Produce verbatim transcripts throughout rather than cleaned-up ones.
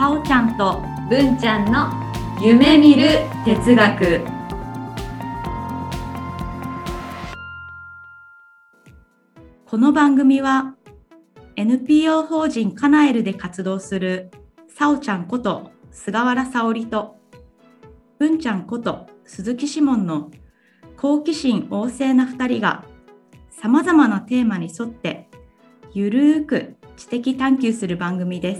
さおちゃんと文ちゃんの夢見る哲学。 この番組は エヌピーオー 法人カナエルで活動するさおちゃんこと菅原さおりと文ちゃんこと鈴木志門の好奇心旺盛なふたりがさまざまなテーマに沿ってゆるーく知的探求する番組です。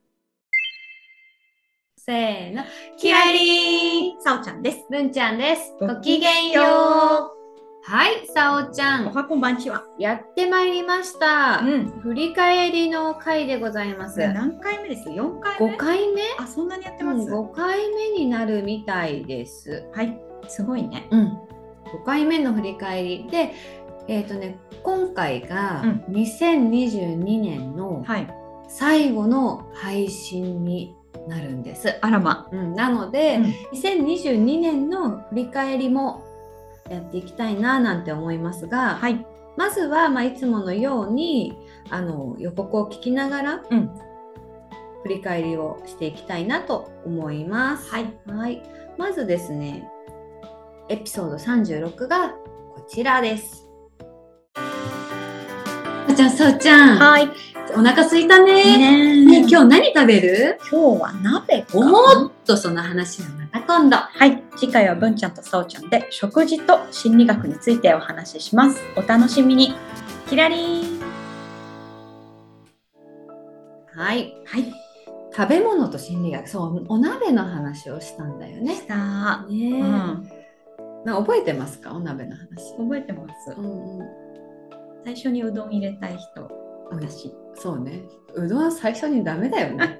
せーの、きらりー、 さおちゃんです。 文ちゃんです。 ごごきげんよう。はい、さおちゃん、 おはこんばんちは。 やってまいりました、 うん、 振り返りの回でございます。 何回目です？よんかいめ？ ごかいめ？ あ、そんなにやってます？ うん、ごかいめになるみたいです。 はい、すごいね。 うん、ごかいめの振り返りで、えーとね、今回がにせんにじゅうにねんの最後の配信になるんです。 あらま、 うん、なので、うん、にせんにじゅうにねんの振り返りもやっていきたいななんて思いますが、はい、まずは、まあ、いつものようにあの予告を聞きながら、うん、振り返りをしていきたいなと思います。はい、はい、まずですね、エピソードさんじゅうろくがこちらです。さおちゃん、さおちゃん、はい、お腹すいたね。ねね、今日何食べる？ 今日は鍋か。 おっと、その話はまた今度。 はい、次回は文ちゃんとさおちゃんで食事と心理学についてお話しします。お楽しみに。キラリー。 はい、はい、食べ物と心理学、そう、お鍋の話をしたんだよね。 したね、 うん、な覚えてますか？お鍋の話覚えてます、うんうん、最初にうどん入れたい人、私。 そうね、うどんは最初にダメだよね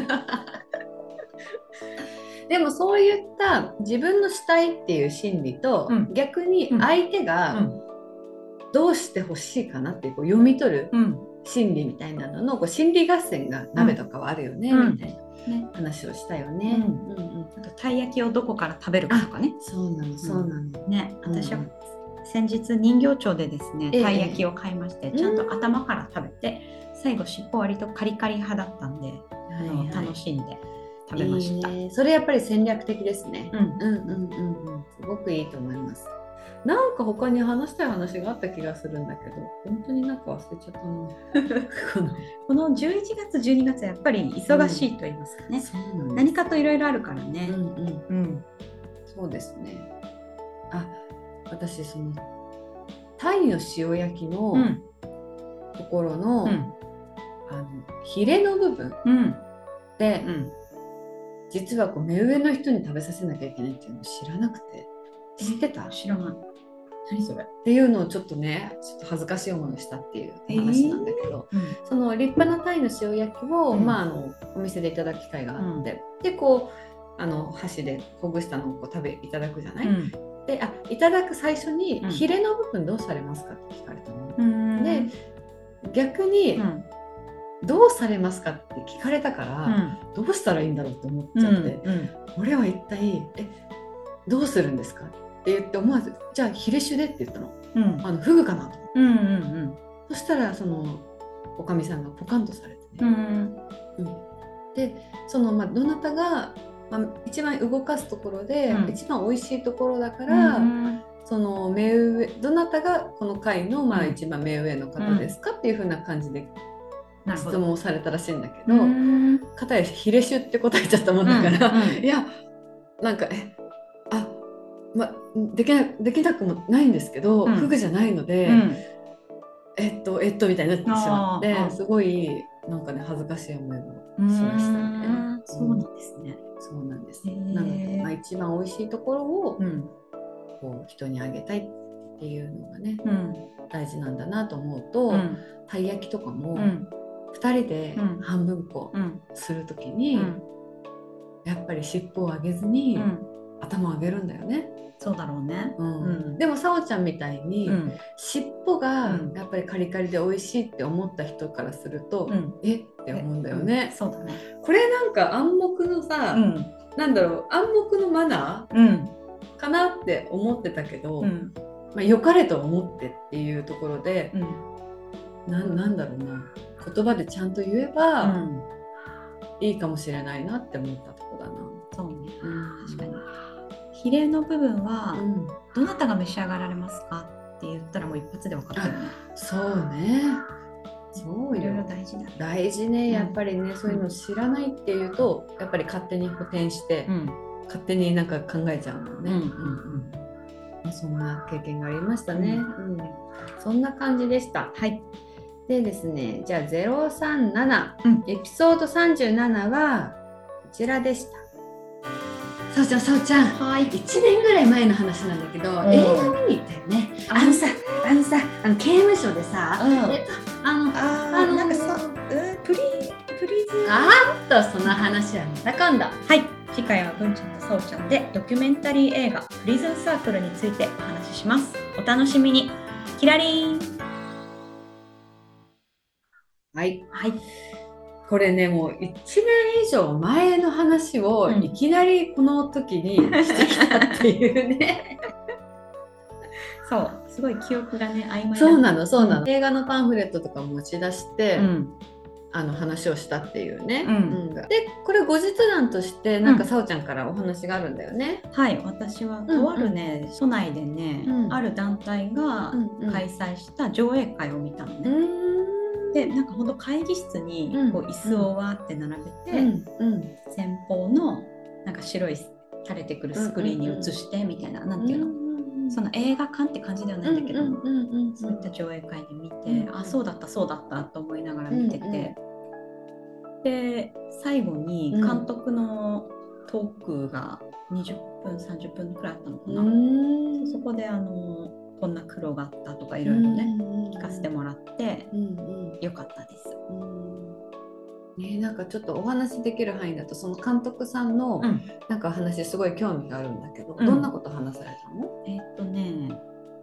でもそういった自分のしたいっていう心理と、うん、逆に相手がどうしてほしいかなっていう、こう読み取る心理みたいなののこう心理合戦が鍋とかはあるよね、うん、みたいな、ね、話をしたよね、うんうんうん、 あとたい焼きをどこから食べるかとかね。 そうなのそうなの、うん、ね、 私は先日人形町でですね、たい焼きを買いまして、えー、ちゃんと頭から食べて、うん、最後尻尾割とカリカリ派だったんで、はいはい、楽しんで食べました。 いいね、それやっぱり戦略的ですね、うん、うんうんうんうん、すごくいいと思います。なんか他に話したい話があった気がするんだけど、本当になんか忘れちゃったなこのじゅういちがつじゅうにがつはやっぱり忙しいと言いますかね、うん、何かといろいろあるからね、うんうんうん、 そうですね。あ、私その鯛の塩焼きのところの、うん、あのヒレの部分、うん、で、うん、実はこう目上の人に食べさせなきゃいけないっていうのを知らなくて、知ってた？ 知らない。何それ？ っていうのをちょっとね、ちょっと恥ずかしい思いをしたっていう話なんだけど、えーうん、その立派な鯛の塩焼きを、うん、まあ、あのお店でいただく機会があって、うん、でこうあの箸でほぐしたのをこう食べいただくじゃない、うん、で、あ、いただく最初に、うん、ヒレの部分どうされますかって聞かれたの、うん、で逆に、うん、どうされますかって聞かれたから、うん、どうしたらいいんだろうって思っちゃって、うんうん、俺は一体えどうするんですかって言って思わず、じゃあヒレ酒でって言ったの、うん、あのフグかなと、うんうんうん、そしたらそのおかみさんがポカンとされてね、うんうん、でその、まあ、どなたが、まあ、一番動かすところで、うん、一番美味しいところだから、うん、その目上どなたがこの会の、まあ、一番目上の方ですか、うん、っていう風な感じで質問をされたらしいんだけど、かたやヒレ酒って答えちゃったもんだから、うんうん、いやなんかえあま、できな、できなくもないんですけど、うん、フグじゃないので、うん、えっとえっとみたいになってしまって、すごいなんかね恥ずかしい思いをしましたね。 そうなんですね。 そうなんです。なので、まあ、一番美味しいところを、うん、こう人にあげたいっていうのがね、うん、大事なんだなと思うと、うん、たい焼きとかも、うん、ふたりで半分こするときに、うん、やっぱり尻尾を上げずに、うん、頭を上げるんだよね。 そうだろうね、 うんうん、でもさおちゃんみたいに、うん、尻尾がやっぱりカリカリで美味しいって思った人からすると、うん、えって思うんだよね、 うん、そうだね。 これなんか暗黙のさ、うん、なんだろう、暗黙のマナー、うん、かなって思ってたけど、うん、まあ、良かれと思ってっていうところで、うん、な, なんだろうな、言葉でちゃんと言えば、うん、 いいかもしれないなって思ったとこだな。 そうね、うん、確かにヒレの部分は、うん、どなたが召し上がられますかって言ったらもう一発で分かったよね。 そうね、そうよ、 いろいろ大事だ。 大事ね、やっぱりね、うん、そういうの知らないっていうとやっぱり勝手に補填して、うん、勝手になんか考えちゃうのね、うんうんうん、そんな経験がありましたね、うんうん、そんな感じでした。はい。でですね、じゃあゼロさんなな、うん、エピソードさんじゅうななはこちらでした。そうちゃん、そうちゃん、はい、いちねんぐらい前の話なんだけど、映画見に行ったよね。あのさ、あのさ、あの刑務所でさ、うん、えっと、あの、ああのなんかさ、うん、プリプリズン。あーっと、その話はまた今度。 はい、次回は文ちゃんとさおちゃんでドキュメンタリー映画プリズンサークルについてお話しします。お楽しみに。キラリーン。 はい。はい。これね、もういちねん以上前の話をいきなりこの時にしてきたっていうね、 うん、そうすごい記憶がね曖昧な。 そうなのそうなの、うん、映画のパンフレットとか持ち出して、うん、あの話をしたっていうね、うんうん、でこれ後日談としてなんかさおちゃんからお話があるんだよね、 うん、はい、私はとあるね、うんうん、都内でね、うん、ある団体が開催した上映会を見たのね、うんでなんかほんと会議室にこう椅子をわーって並べて、うんうん、前方のなんか白い垂れてくるスクリーンに映してみたいな、うんうんうん、なんていうの、うんうん、その映画館って感じではないんだけど、うんうんうんうん、そういった上映会で見て、うんうん、あそうだったそうだったと思いながら見てて、うんうん、で最後に監督のトークがにじゅっぷんさんじゅっぷんくらいあったのかな、うん、そこであのこんな苦労があったとかいろいろね、うんうん、聞かせてもらって、うんうん、よかったです、うんね、なんかちょっとお話できる範囲だとその監督さんのなんか話すごい興味があるんだけど、うん、どんなこと話されたの？ えー、っとね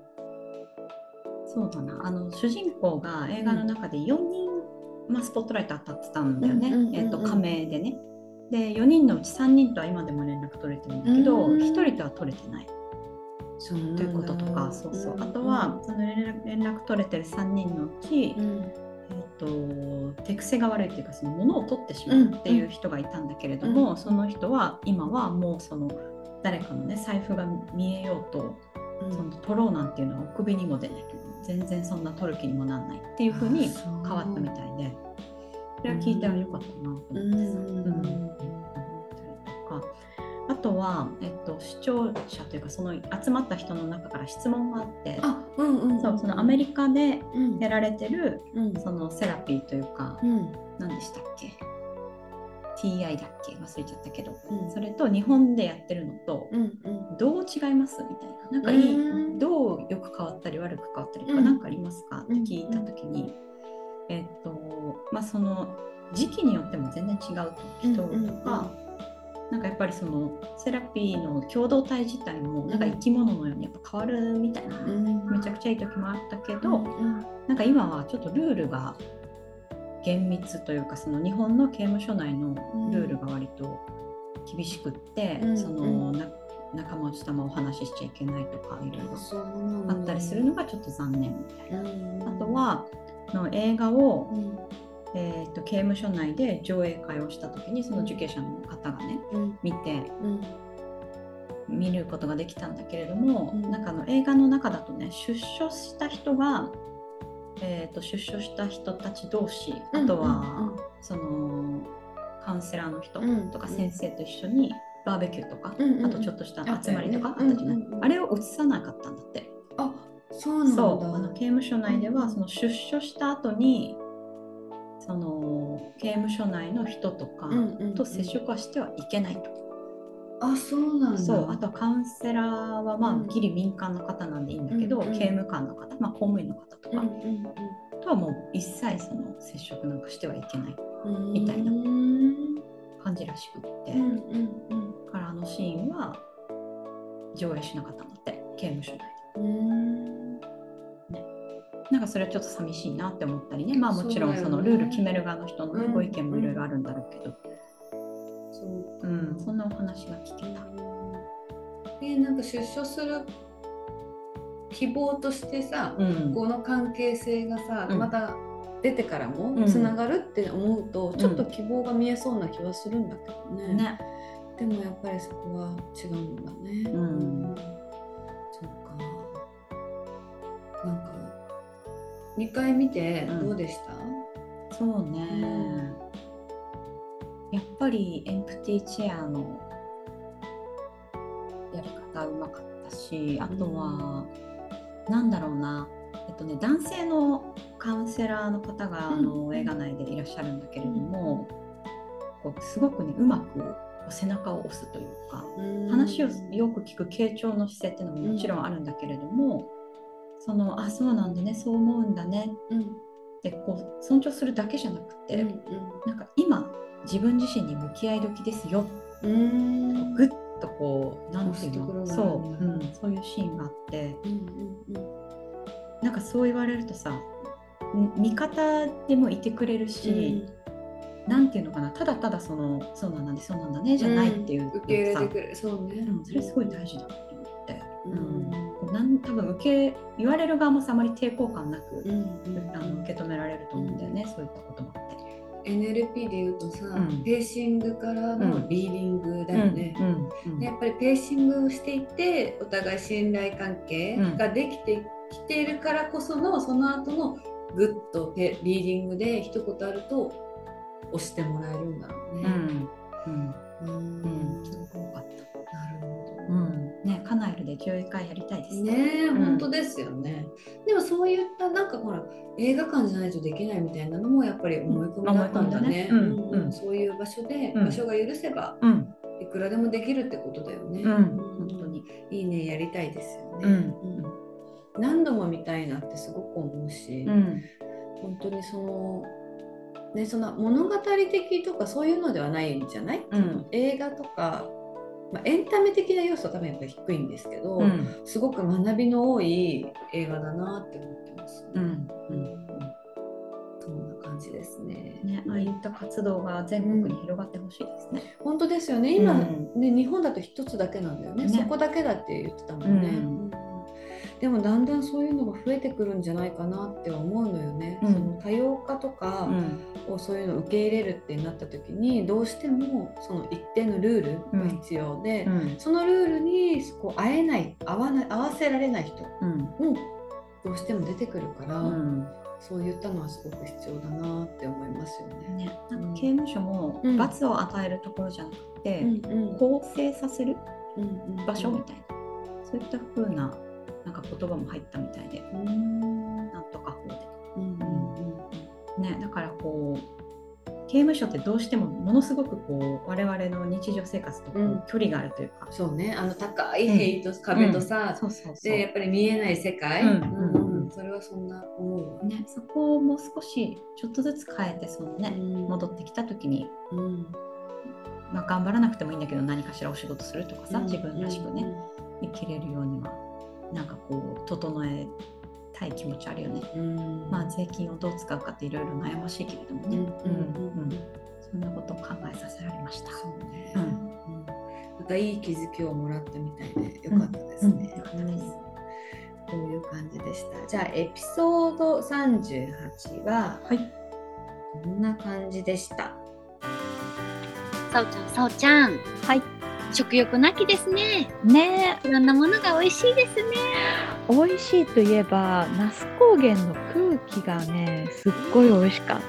そうだな、あの主人公が映画の中でよにん、まあ、スポットライト当たってたんだよね、えー、っと仮名でね。でよにんのうちさんにんとは今でも連絡取れてるんだけど、うん、ひとりとは取れてないということとか、そうそう、うん、あとはその連絡、連絡取れてるさんにんのうち、うん、えー、と手癖が悪いっていうかその物を取ってしまうっていう人がいたんだけれども、うん、その人は今はもうその誰かのね財布が見えようと、うん、その取ろうなんていうのはお首にも出ないけど全然そんな取る気にもなんないっていう風に変わったみたいで、それは聞いたらよかったなと思ってさ、うんうんあとは、えっと、視聴者というかその集まった人の中から質問があって、あ、うんうんうん、そうそのアメリカでやられてる、うん、そのセラピーというか、うん、何でしたっけ ティーアイ だっけ忘れちゃったけど、うん、それと日本でやってるのと、うんうん、どう違いますみたいな、なんかいい、うん、どうよく変わったり悪く変わったりとか何かありますかって聞いた時に、うんうん、えっとまあその時期によっても全然違うと人とか、うんうんうん、なんかやっぱりそのセラピーの共同体自体もなんか生き物のようにやっぱ変わるみたいな、うん、めちゃくちゃいい時もあったけど、うん、なんか今はちょっとルールが厳密というかその日本の刑務所内のルールが割と厳しくって、うん、そのな仲間内玉お話ししちゃいけないとかいろいろあったりするのがちょっと残念みたいな、うん、あとはの映画を、うんえー、と刑務所内で上映会をした時にその受刑者の方がね、うん、見て、うん、見ることができたんだけれども、うん、なんかあの映画の中だとね出所した人が、えー、と出所した人たち同士、うん、あとは、うん、そのカウンセラーの人とか先生と一緒にバーベキューとか、うん、あとちょっとした集まりとかあったじゃない、うんうん、あれを映さなかったんだって。 あ、そうなんだ。 そう、あの刑務所内ではその出所した後にその刑務所内の人とかと接触はしてはいけないと、 うんうんうん、あ、そうなんだ。 そう、あとはカウンセラーはまあギリ民間の方なんでいいんだけど、うんうん、刑務官の方、まあ、公務員の方とか、うんうんうん、とはもう一切その接触なんかしてはいけないみたいな感じらしくって、うんうんうん、からあのシーンは上映しなかったんだって刑務所内で。うんなんかそれはちょっと寂しいなって思ったりね、まあもちろんそのルール決める側の人の、ね、ご意見もいろいろあるんだろうけど、そう、うん、そんなお話が聞けた。 えー、なんか出所する希望としてさ、 うん、 この関係性がさ、 うん、 また出てからもつながるって思うと、うん、ちょっと希望が見えそうな気はするんだけどね。ね、でもやっぱりそこは違うんだね。うん、そうか。なんかにかい見てどうでした？ うん、そうね、うん、やっぱりエンプティチェアのやり方うまかったし、あとは、うん、なんだろうな、えっとね、男性のカウンセラーの方が、うん、あの映画内でいらっしゃるんだけれども、うん、こうすごくねうまく背中を押すというか、うん、話をよく聞く傾聴の姿勢っていうのももちろんあるんだけれども、うん、そのあそうなんだね、そう思うんだね、うん、でこう尊重するだけじゃなくて、うんうん、なんか今自分自身に向き合い時ですよ、うん、グッとこうなんていうの、そう、うん、そういうシーンがあって、うんうんうん、なんかそう言われるとさ、味方でもいてくれるし、うん、なんていうのかな、ただただそのそうなんだねそうなんだねじゃないっていう、 うん、受け入れてくれる、そうね、 うん、それすごい大事だと思って、うん、こうなん多分受け言われる側もさあまり抵抗感なく、うん、あの受け止められると思うんだよね、うん、そういった言葉って。 エヌエルピー でいうとさ、うん、ペーシングからのリーディングだよね、うんうんうん、でやっぱりペーシングをしていてお互い信頼関係ができてきているからこそのその後のグッとリーディングで一言あると押してもらえるんだろうね。うんうんうんうん、すごく良かった。なるほど。うんね、カナエルでじゅういっかいやりたいですね。ねえ、うん、本当ですよね。でもそういったなんかほら映画館じゃないとできないみたいなのもやっぱり思い込みだったんだね。うんうんうん、そういう場所で、うん、場所が許せば、うん、いくらでもできるってことだよね。うん、本当にいいね、やりたいですよね。うんうん、何度も見たいなってすごく思うし、うん、本当にそのね、その物語的とかそういうのではないんじゃない、うん、映画とか、まあ、エンタメ的な要素は多分やっぱり低いんですけど、うん、すごく学びの多い映画だなって思ってます、ね、うんうん、そんな感じですね。 ね、ああいった活動が全国に広がってほしいですね、 うん、本当ですよね。今、うん、ね、日本だと一つだけなんだよね、ね、そこだけだって言ってたもんね、うん、でもだんだんそういうのが増えてくるんじゃないかなって思うのよね、うん、その多様化とかをそういうのを受け入れるってなった時にどうしてもその一定のルールが必要で、うん、そのルールにこう合えない合わない合わせられない人もどうしても出てくるから、うん、そういったのはすごく必要だなって思いますよね。 ね、なんか刑務所も罰を与えるところじゃなくて、うんうん、更生させる場所みたいな、うんうん、そういった風ななんか言葉も入ったみたいで、うーんなんとか法で、うんうんうんね、だからこう刑務所ってどうしてもものすごくこう我々の日常生活とこう距離があるというか、 うん、そうね、あの高い塀と壁とさ、でやっぱり見えない世界、うんうんうん、それはそんな思う、 ね、そこをもう少しちょっとずつ変えてその、ね、うん、戻ってきた時に、うんまあ、頑張らなくてもいいんだけど何かしらお仕事するとかさ、うん、自分らしくね、うん、生きれるようにはなんかこう整えたい気持ちあるよね、うん、まあ税金をどう使うかっていろいろ悩ましいけれどもね、うんうんうん、そんなことを考えさせられました。そうね、うんうん、 またいい気づきをもらったみたいでよかったですね、よかったです。こういう感じでした。じゃあエピソードさんじゅうはちは、はい、こんな感じでした。 さおちゃん、さおちゃん、 はい、 食欲なきですね。 ねえ、いろんなものが美味しいですね。 美味しいといえば那須高原の空気がねすっごい美味しかった。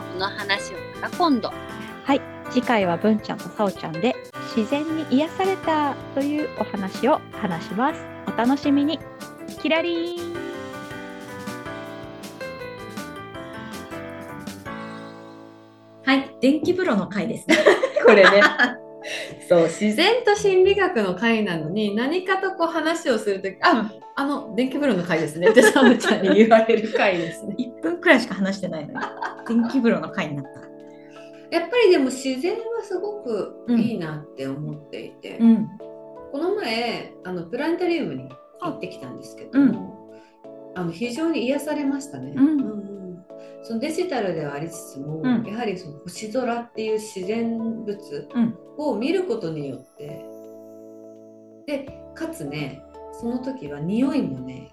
この話をまた今度。 はい、次回は文ちゃんとさおちゃんで自然に癒されたというお話を話します。お楽しみに。キラリーン。 はい、電気風呂の回ですねこれねそう、自然と心理学の回なのに何かとこう話をするとき、あ、うん、あの電気風呂の回ですねってサムちゃんに言われる回ですね。 いっぷんくらいしか話してないのに電気風呂の回になった。 やっぱりでも自然はすごくいいなって思っていて、うん、この前あのプラネタリウムに行ってきたんですけども、うん、あの非常に癒されましたね、うんうん、そのデジタルではありつつも、うん、やはりその星空っていう自然物を見ることによって、でかつねその時は匂いもね、うん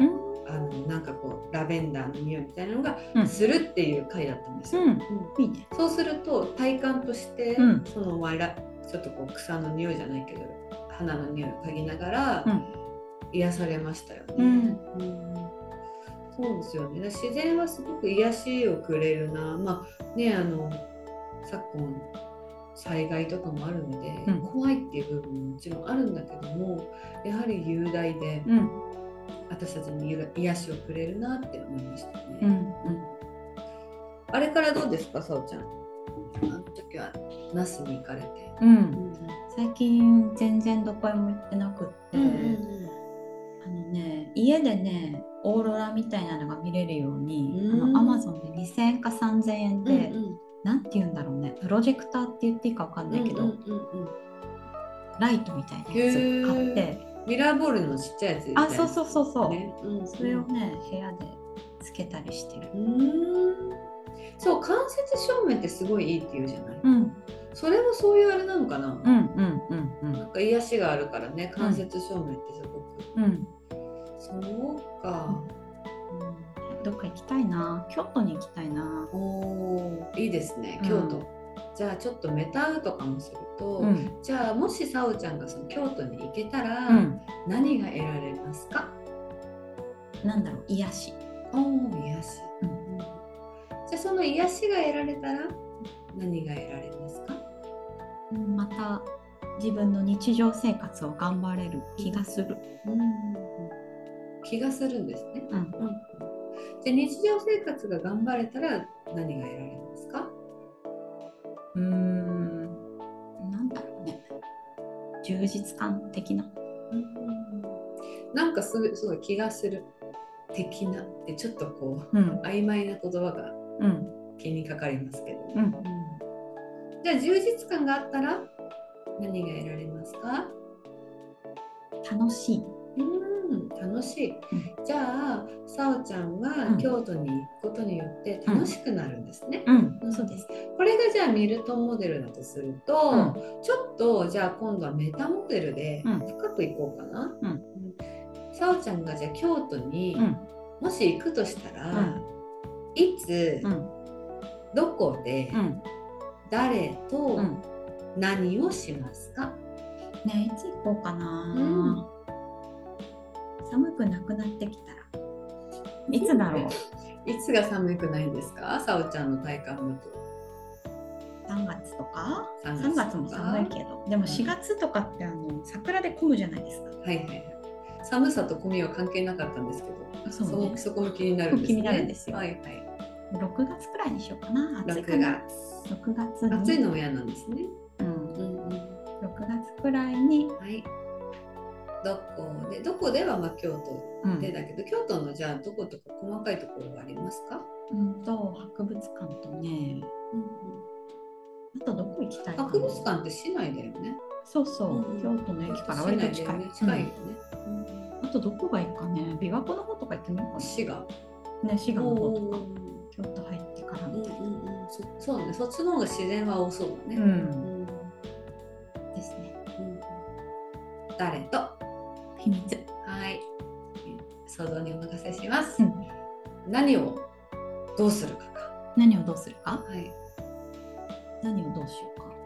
あのなんかこうラベンダーの匂いみたいなのがうんするっていう回だったんですよ。 うんうんいいね。 そうすると体感として、 うんそのまあラちょっとこう草の匂いじゃないけど花の匂いを嗅ぎながら、 うん癒されましたよね。 うんうんそうですよね。自然はすごく癒しをくれるな。まあね、あの昨今災害とかもあるので、 うん怖いっていう部分ももちろんあるんだけども、やはり雄大で、 うん私たちに癒しをくれるなって思いましたね。 うんうんあれからどうですか、さおちゃん。あの時は那須に行かれて。 うん最近全然どこへも行ってなくって、 うんうんあのね、家でねオーロラみたいなのが見れるように、 うんあのアマゾンでにせんえんかさんぜんえんで、 うんうんなんて言うんだろうね、プロジェクターって言っていいかわかんないけど、 うんうんうんうんライトみたいなやつ買って、 ミラーボールのちっちゃいやつみたいなあ、そうそうそうそう、 ねうん、 それをね部屋でつけたりしてる。 うーんそう、間接照明ってすごいいいって言うじゃない、 うんそれもそういうあれなのかな、 うんうんうんうんなんか癒しがあるからね、間接照明ってすごく、 うんそうか、 どっか行きたいな、京都に行きたいな。 うん、おーいいですね、 うん京都、じゃあちょっとメタウとかもすると、 うんじゃあもしさおちゃんがその京都に行けたら、 うん何が得られますか？ なんだろう、癒し。 おー癒し、 うんじゃあその癒しが得られたら何が得られますか？ また自分の日常生活を頑張れる気がする。 うん気がするんですね。 うんうんじゃあ日常生活が頑張れたら何が得られますか？ うーんなんだろうね、充実感的な。 なんかすごい、すごい気がする的なってちょっとこううん曖昧な言葉がうん気にかかりますけど、 うんじゃあ充実感があったら何が得られますか？ 楽しい。 うん楽しい、じゃあさおちゃんはうん京都に行くことによって楽しくなるんですね、 うんうんそうです。 これがじゃあミルトンモデルだとすると、 うんちょっとじゃあ今度はメタモデルでうん深くいこうかな、 うんうんさおちゃんがじゃあ京都にうんもし行くとしたら、 うんいつ、 うんどこで、 うん誰とうん何をしますか？ ね、いつ行こうかな、 うん寒くなくなってきたらいつだろう。 いつが寒くないんですか？さおちゃんの体感だと。 さんがつとかさんさんがつとかがつも寒いけど、でもしがつとかってあの桜で混むじゃないですか。 はいはいはい。寒さと混みは関係なかったんですけど、 そうねそこそこも気になるんですね。 気になるんですよはいはい。 ろくがつくらいにしようかな。暑い 6 かな。 月。 ろくがつに暑いのも嫌なんですね。 うん、 うんうん。 ろくがつくらいに、 はい。どこで、どこではまあ京都うんでだけど、京都のじゃあどことか細かいところはありますか？ うんと博物館とね、あとどこ行きたいかな。 博物館って市内だよね。 そうそう、 うん京都の駅から割と近い。 市内だよね近いよね。 うんあとどこがいいかね。琵琶湖の方とか行ってみようか市が。 な。ね、滋賀の方とおかー京都入ってからうんうんみたいな。 うん、そそうね、そっちの方が自然は多そうだね。 うんうんですね。 うん誰と？は秘密。 い。想像にお任せします。 うん何をどうするかか。 何をどうするか。 はい。 何をどうしようか。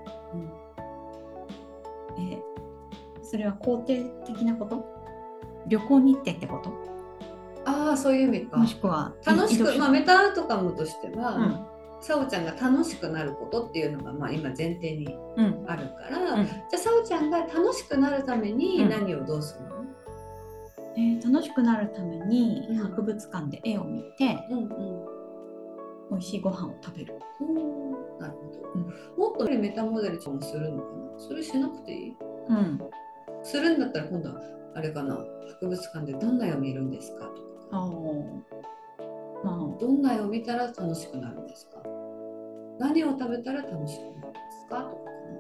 うんえそれは肯定的なこと？旅行日程ってこと？ ああ、そういう意味か。 もしくは楽しく、 移動手段まあメタアウトカムとしては、 うんさおちゃんが楽しくなることっていうのがまあ今前提にうんあるから、 うんじゃあさおちゃんが楽しくなるためにうん何をどうするの？ えー楽しくなるためにうん博物館で絵を見て、 うんうん。 美味しいご飯を食べる。 おーなるほど、 うんもっとメタモデルちゃんもするのかな？それしなくていい？ うん。 するんだったら今度はあれかな、博物館でどんな絵を見るんですかとか、 ああ。まあ。 どんな絵を見たら楽しくなるんですか、何を食べたら楽しくなるんですかとかか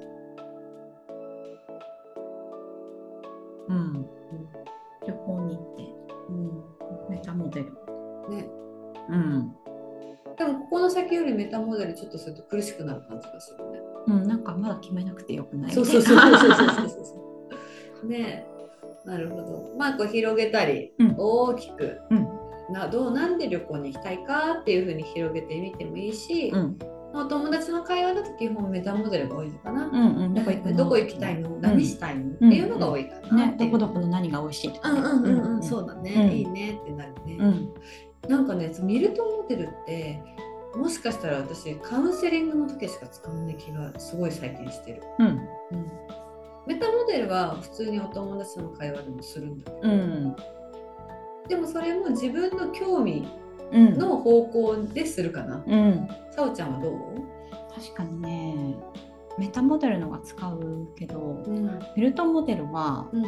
うん。 な、 旅行日程。 うんメタモデル。 うん、ね。 うん。 でもここの先よりメタモデルちょっとすると苦しくなる感じがするね。 うん、なんかまだ決めなくてよくない？ そうそうそうそうそうそうそう。ねえ、なるほど。まあこう広げたり、 うん大きくうんなどうなんで旅行に行きたいかっていう風に広げてみてもいいし、うん、お友達の会話だと基本メタモデルが多いのかな、うんうん、どこ行くの、どこ行きたいの、うん、何したいの、うん、っていうのが多いかな、 ね、どこどこの何が美味しいとか、ね、 うんうんうんうん、そうだね、うん、いいねってなるね、うん、なんかねミルトモデルってもしかしたら私カウンセリングの時しか使わない気がすごい最近してる、うんうん、メタモデルは普通にお友達の会話でもするんだけど、うん、でもそれも自分の興味の方向でするかな、うん、さおちゃんはどう？ 確かにねメタモデルのが使うけど、うん、ミルトモデルは、うん、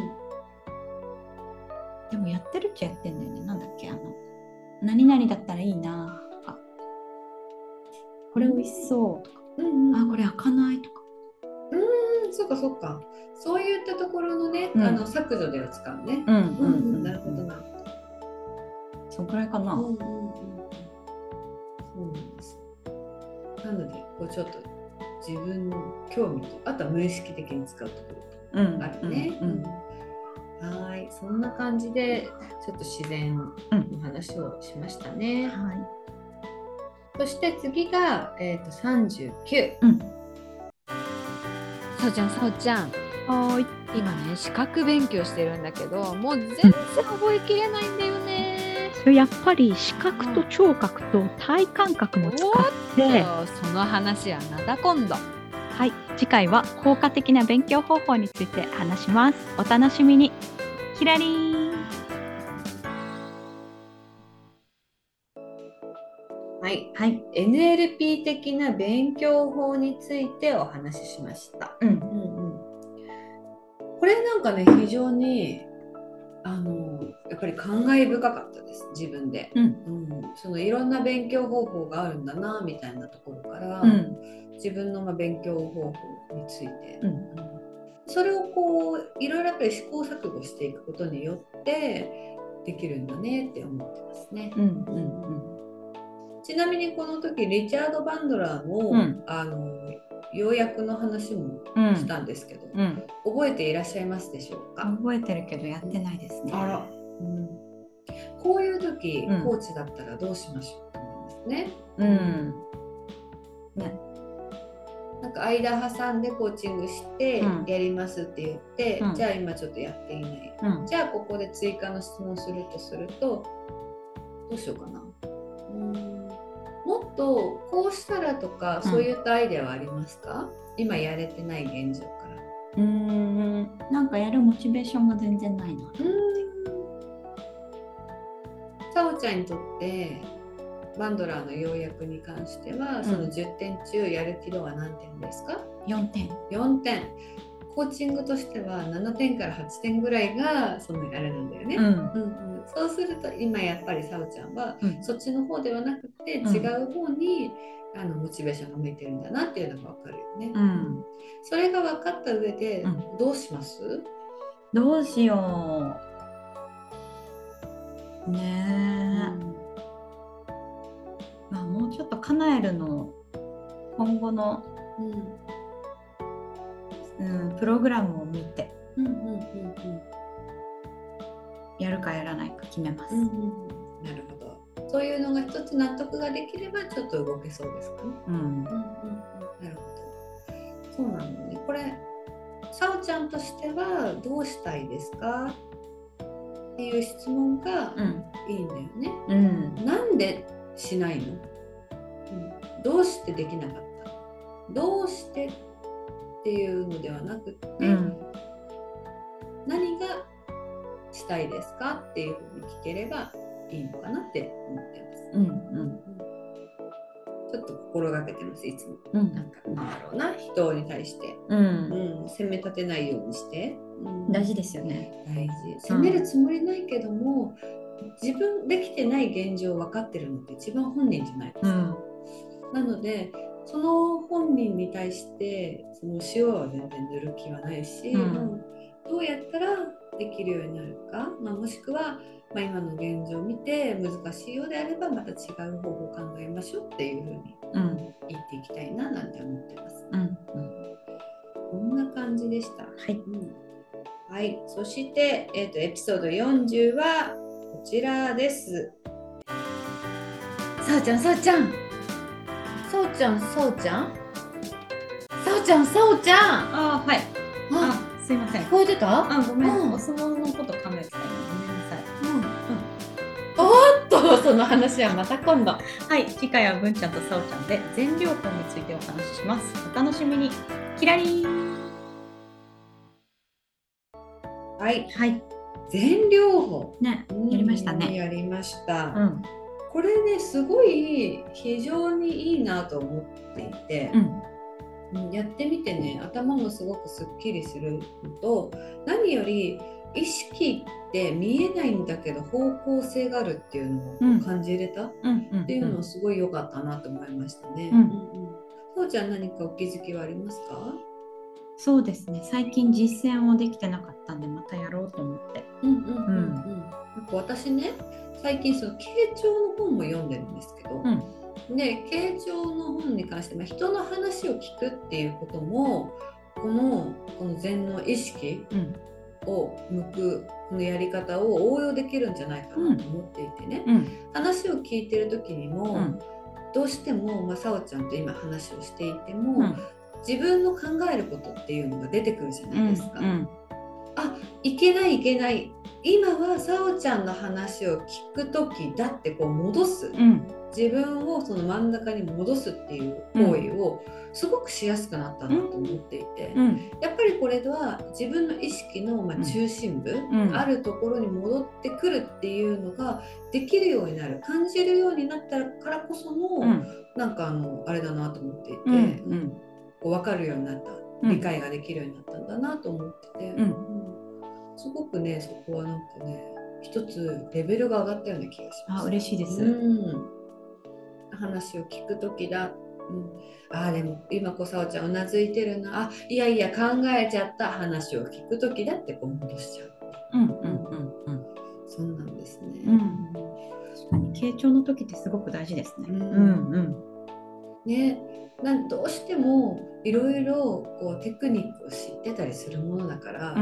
でもやってるっちゃやってんだよね。なんだっけ、あの何々だったらいいなとか、これ美味しそうとか、うんうん、あこれ開かないとか、 うーん、そうかそうか、そういったところのね、うん、あの削除では使うね、うんうんうんうん、なるほどなるほど、 そんくらいかな、うんうんうん、 そうなんです。なのでこうちょっと自分の興味と、あとは無意識的に使うところとあるね、うんうんうん、はい、そんな感じでちょっと自然の話をしましたね、うん、はい、そして次が、えー、とさんじゅうきゅう、うん、 さおちゃんさおちゃん、はい、今ね資格勉強してるんだけどもう全然覚えきれないんだよね。 やっぱり視覚と聴覚と体感覚も使ってその話はまた今度。 はい、次回は効果的な勉強方法について話します。お楽しみに。キラリーン。 はい、はい、エヌエルピー 的な勉強法についてお話ししました、うんうんうん、これなんかね非常にあのやっぱり感慨深かったです、自分で、うんうん、そのいろんな勉強方法があるんだなみたいなところから、うん、自分のまあ勉強方法について、うんうん、それをこういろいろやっぱり試行錯誤していくことによってできるんだねって思ってますね、うんうんうん、ちなみにこの時リチャード・バンドラーの、うん、あの要約の話もしたんですけど、うんうん、覚えていらっしゃいますでしょうか？ 覚えてるけどやってないですね。 あら、うん、こういう時、うん、コーチだったらどうしましょうと思いますね。うん、ね、なんか間挟んでコーチングしてやりますって言って、うん、じゃあ今ちょっとやっていない、うん、じゃあここで追加の質問するとするとどうしようかな、うん、もっとこうしたらとか、そういったアイデアはありますか？今やれてない現状から。 うーん、なんかやるモチベーションが全然ないな。うーん、 さおちゃんにとってバンドラーの要約に関しては、うん、そのじゅってん中やる気度は何点ですか？ よんてん。 よんてん。コーチングとしてはななてんからはちてんぐらいがそのあれなんだよね、うんうんうん、そうすると今やっぱりさおちゃんは、うん、そっちの方ではなくて違う方に、うん、あのモチベーションが向いてるんだなっていうのが分かるよね、うん、それが分かった上で、うん、どうします？ どうしようねえ、うん、まあ、もうちょっとカナエルの今後の、うんうん、プログラムを見て、うんうんうんうん、やるかやらないか決めます、うんうん、 なるほど。そういうのが一つ納得ができればちょっと動けそうですかね、うんうんうん、なるほど。そうなのね。これさおちゃんとしてはどうしたいですかっていう質問がいいんだよね、うん、なんでしないの、うん、どうしてできなかった、どうしてっていうのではなくって、うん、何がしたいですかっていうふうに聞ければいいのかなって思ってます、うんうん、ちょっと心がけてますいつも、うん、なんかなんだろうな、人に対して、うんうん、責め立てないようにして、 うん、大事ですよね。 大事。責めるつもりないけども、うん、自分できてない現状を分かってるのって一番本人じゃないですか、うん、なのでその本人に対してその塩は全然塗る気はないし、うん、どうやったらできるようになるか、まあ、もしくは、まあ、今の現状を見て難しいようであればまた違う方法を考えましょうっていうふうに言っていきたいななんて思ってます、うんうん、こんな感じでした。はい、うん、はい、そして、えーと、エピソードよんじゅうはこちらです。 さおちゃんさおちゃんさおちゃんさおちゃんさおちゃんさおちゃんあはいああすいません聞こえてたあごめん、 うん、 お相撲のこと考えてたのごめんなさい、 うんうん、おっとその話はまた今度。 はい次回は文ちゃんとさおちゃんで全療法についてお話しします。お楽しみに。キラリン。 はいはい全療法ねやりましたね。 やりました、 うん、 これねすごい非常にいいなと思っていて、うん、やってみてね頭もすごくすっきりするのと何より意識って見えないんだけど方向性があるっていうのを感じれた、うん、っていうのはすごい良かったなと思いましたね。そうちゃん何かお気づきはありますか？ そうですね最近実践をできてなかったんでまたやろうと思って。 私ね最近その傾聴の本も読んでるんですけど、うん、で傾聴の本に関して、まあ、人の話を聞くっていうこともこのこの禅の意識を向くこのやり方を応用できるんじゃないかなと思っていてね、うん、話を聞いてる時にも、うん、どうしても、まあ、さおちゃんと今話をしていても、うん、自分の考えることっていうのが出てくるじゃないですか、うんうん、あいけないいけない今はさおちゃんの話を聞く時だってこう戻す、うん、自分をその真ん中に戻すっていう行為をすごくしやすくなったなと思っていて、うん、やっぱりこれは自分の意識のまあ中心部、うん、あるところに戻ってくるっていうのができるようになる感じるようになったからこその、うん、なんかあのあれだなと思っていて、うんうん、こう分かるようになった理解ができるようになったんだなと思ってて、うんうん、すごくねそこはなんかね一つレベルが上がったような気がします。 あ嬉しいです、 うん、話を聞くときだ、うん、あでも今こさおちゃんうなずいてるなあいやいや考えちゃった話を聞くときだってこう戻しちゃう。うんうんうんうんそうなんですね、うん、 確かに傾聴の時ってすごく大事ですね。うんうんねなんどうしてもいろいろこうテクニックを知ってたりするものだから、うん、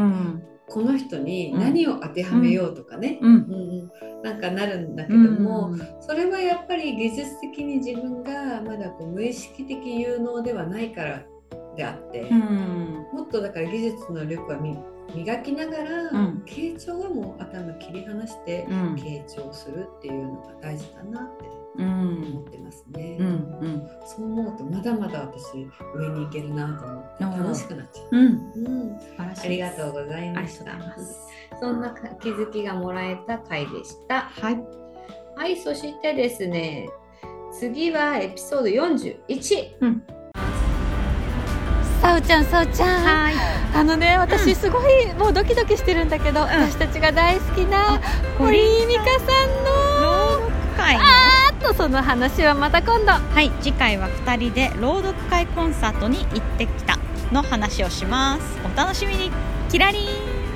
この人に何を当てはめようとかね、うんうんうん、なんかなるんだけども、うん、それはやっぱり技術的に自分がまだこう無意識的有能ではないからであって、うん、もっとだから技術の力は磨きながら、うん、傾聴はもう頭切り離して傾聴するっていうのが大事だなって思ってますね、うんうん、そう思うとまだまだ私上に行けるなと思って楽しくなっちゃう、うんうん、素晴らしいです。ありがとうございました。そんな気づきがもらえた回でした。はい、はい、そしてですね次はエピソードよんじゅういち、うんさおちゃんさおちゃんはいあのね私すごい、うん、もうドキドキしてるんだけど、うん、私たちが大好きな堀井美香さんの朗読会のあーっとその話はまた今度。 はい次回はふたりで朗読会コンサートに行ってきたの話をします。お楽しみに。キラリン。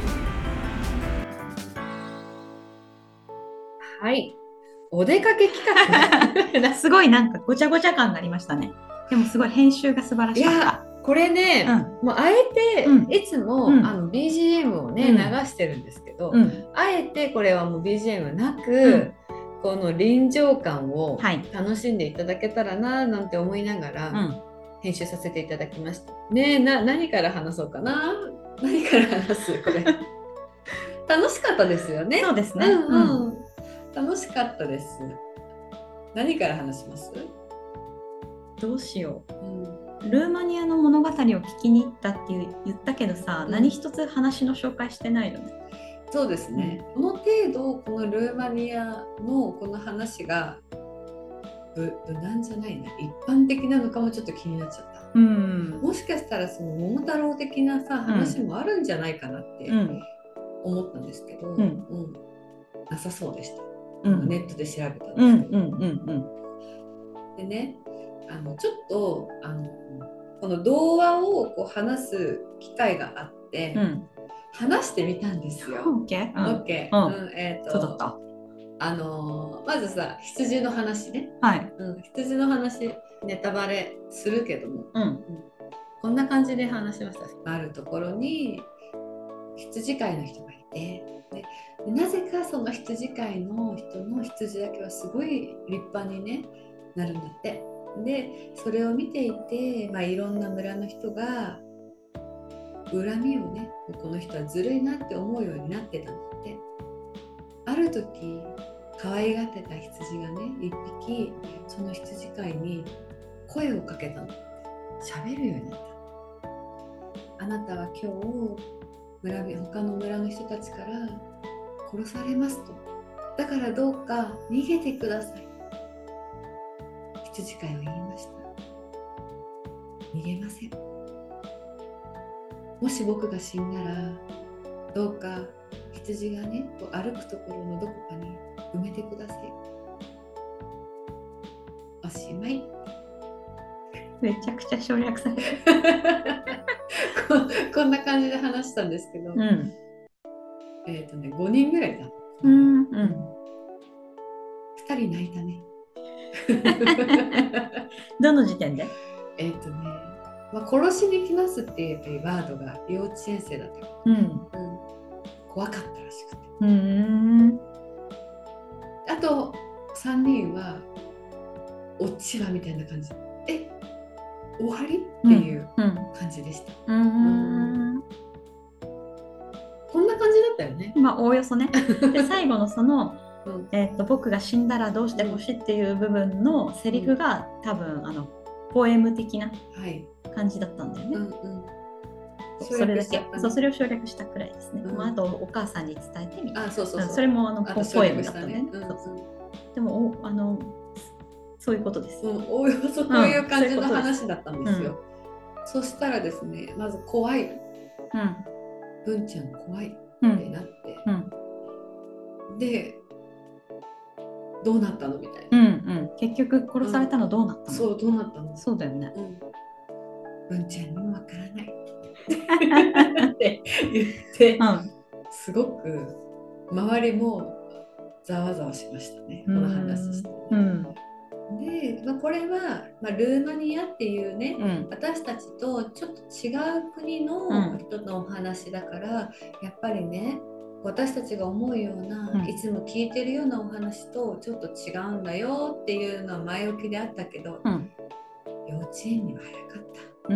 はいお出かけ企画すごいなんかごちゃごちゃ感がありましたね。でもすごい編集が素晴らしかった。 これね、うん、もうあえて、うん、いつも、うん、あの ビージーエム をね、うん、流してるんですけど、うん、あえてこれはもう ビージーエム なく、うん、この臨場感を楽しんでいただけたらななんて思いながら、うん、編集させていただきました。ねえな何から話そうかな何から話すこれ楽しかったですよね。 そうですね、 うんうん、楽しかったです。何から話します？ どうしよう、うん、ルーマニアの物語を聞きに行ったって言ったけどさ、うん、何一つ話の紹介してないよね。 そうですね、うん、この程度このルーマニアのこの話が無難じゃないな一般的なのかもちょっと気になっちゃった、うん、もしかしたらその桃太郎的なさ話もあるんじゃないかなって思ったんですけど、うんうん、なさそうでした、うん、ネットで調べたんですけど、うんうんうんうん、でねあのちょっとあのこの童話をこう話す機会があって、うん、話してみたんですよ。 OK、 うん OK うん、えーと、そうだった。あのまずさ羊の話ね、はいうん、羊の話ネタバレするけども、うんうん、こんな感じで話しました。あるところに羊飼いの人がいて、でなぜかその羊飼いの人の羊だけはすごい立派に、ね、なるんだって。でそれを見ていて、まあ、いろんな村の人が恨みをね、この人はずるいなって思うようになってたんだって。ある時可愛がってた羊がね、一匹その羊飼いに声をかけたの。喋るようになった。あなたは今日村他の村の人たちから殺されますと。だからどうか逃げてください。羊飼いは言いました。逃げません。もし僕が死んだらどうか羊がね、こう歩くところのどこかに埋めてください。おしまい。 めちゃくちゃ省略されるこ, こんな感じで話したんですけど、うん、えっ、ー、とねごにんぐらいだ。 うんうん、 ふたり泣いたね。 どの時点で？ えっ、ー、とね、まあ、殺しに来ますっていうワードが幼稚園生だったから、 うんうん、 怖かったらしくて、 うん、 あとさんにんはオチはみたいな感じ、え終わりっていう感じでした、 うんうんうん、 こんな感じだったよね。 まあおおよそね。で最後のその、うんえー、と僕が死んだらどうしてほしいっていう部分のセリフが、うん、多分あのポエム的な感じだったんだよね、はいうんうん、そ, それだけそうそれを省略したくらいですね、うんまあ、あとお母さんに伝えてみたいな。 あそうそうそうそれもあのあポエムだったんだよね、 うん、 そうそうでもおあのそういうことです、 うん、おおよそこういう感じの話だったんですよ、うん、そしたらですね、まず怖い、うん、文ちゃん怖いってなって、うんうん、でどうなったのみたいな、 うんうん、結局殺されたのどうなったの、うん、 そうどうなったのそうだよね、 うん、文ちゃんにもわからないって言って、うん、すごく周りもざわざわしましたね、この話して、ねうんでまあ、これは、まあ、ルーマニアっていうね、うん、私たちとちょっと違う国の人のお話だから、うん、やっぱりね私たちが思うような、うん、いつも聞いてるようなお話とちょっと違うんだよっていうのは前置きであったけど、うん、幼稚園には早かった。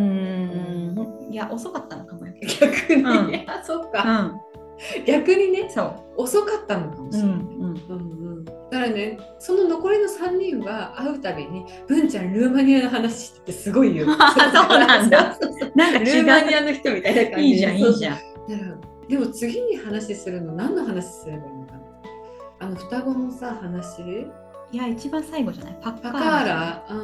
うーんいや遅かったのかもよ逆に、うん、あそっか、うん、逆にねそう遅かったのかもしれない、うんうんうんうん、だからねその残りのさんにんは会うたびに文ちゃんルーマニアの話しててすごい言うそうなんだなんかルーマニアの人みたいな感じいいじゃんいいじゃんでも次に話するの何の話すればいいのかな。あの双子のさ話いや一番最後じゃないパッカーラ、 パカーラうん、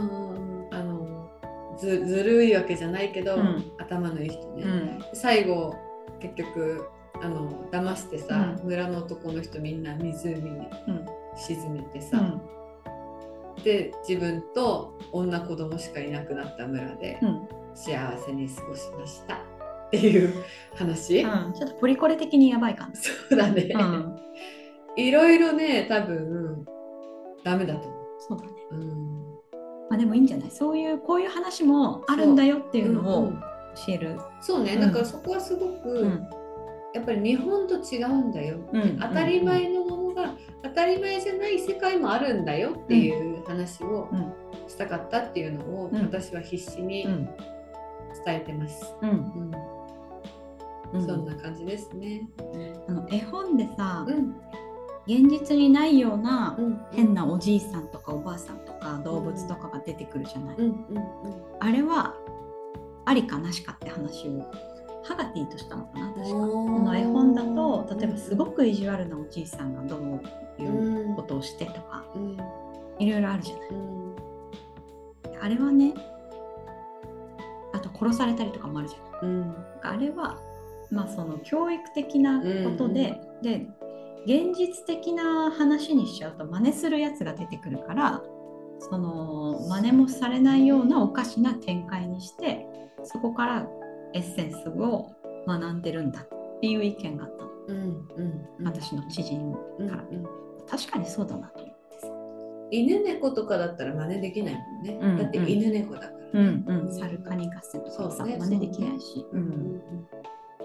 あの ず, ずるいわけじゃないけど、うん、頭のいい人ね、うん、最後結局あの騙してさ、うん、村の男の人みんな湖に沈めてさ、うん、で自分と女子供しかいなくなった村で幸せに過ごしました、っていう話、 うん、ちょっとポリコレ的にやばいかな。 そうだね、うん、いろいろね多分ダメだと思う。 そうだね、うんまあ、でもいいんじゃない、そういうこういう話もあるんだよっていうのを教える。 そう、うんうん、そうね、だからそこはすごく、うん、やっぱり日本と違うんだよ、うん、当たり前のものが当たり前じゃない世界もあるんだよっていう話をしたかったっていうのを私は必死に伝えてます、うんうんうん、そんな感じですね。 あの絵本でさ、うん、現実にないような変なおじいさんとかおばあさんとか動物とかが出てくるじゃない、うんうんうん、あれはありかなしかって話をハガティとしたのかな確か。この絵本だと例えばすごく意地悪なおじいさんがどういうことをしてとか、うん、いろいろあるじゃない、うん、あれはねあと殺されたりとかもあるじゃない、うん、あれはまあその教育的なことで、うん、で現実的な話にしちゃうと真似するやつが出てくるからその真似もされないようなおかしな展開にしてそこからエッセンスを学んでるんだっていう意見があったの、うんうんうん、私の知人から、うんうん、確かにそうだなと思ってさ。 犬猫とかだったら真似できないもんね、うんうん、だって犬猫だから、ねうんうん、サルカニガスとかさ、ね、真似できないし、うんうんうん、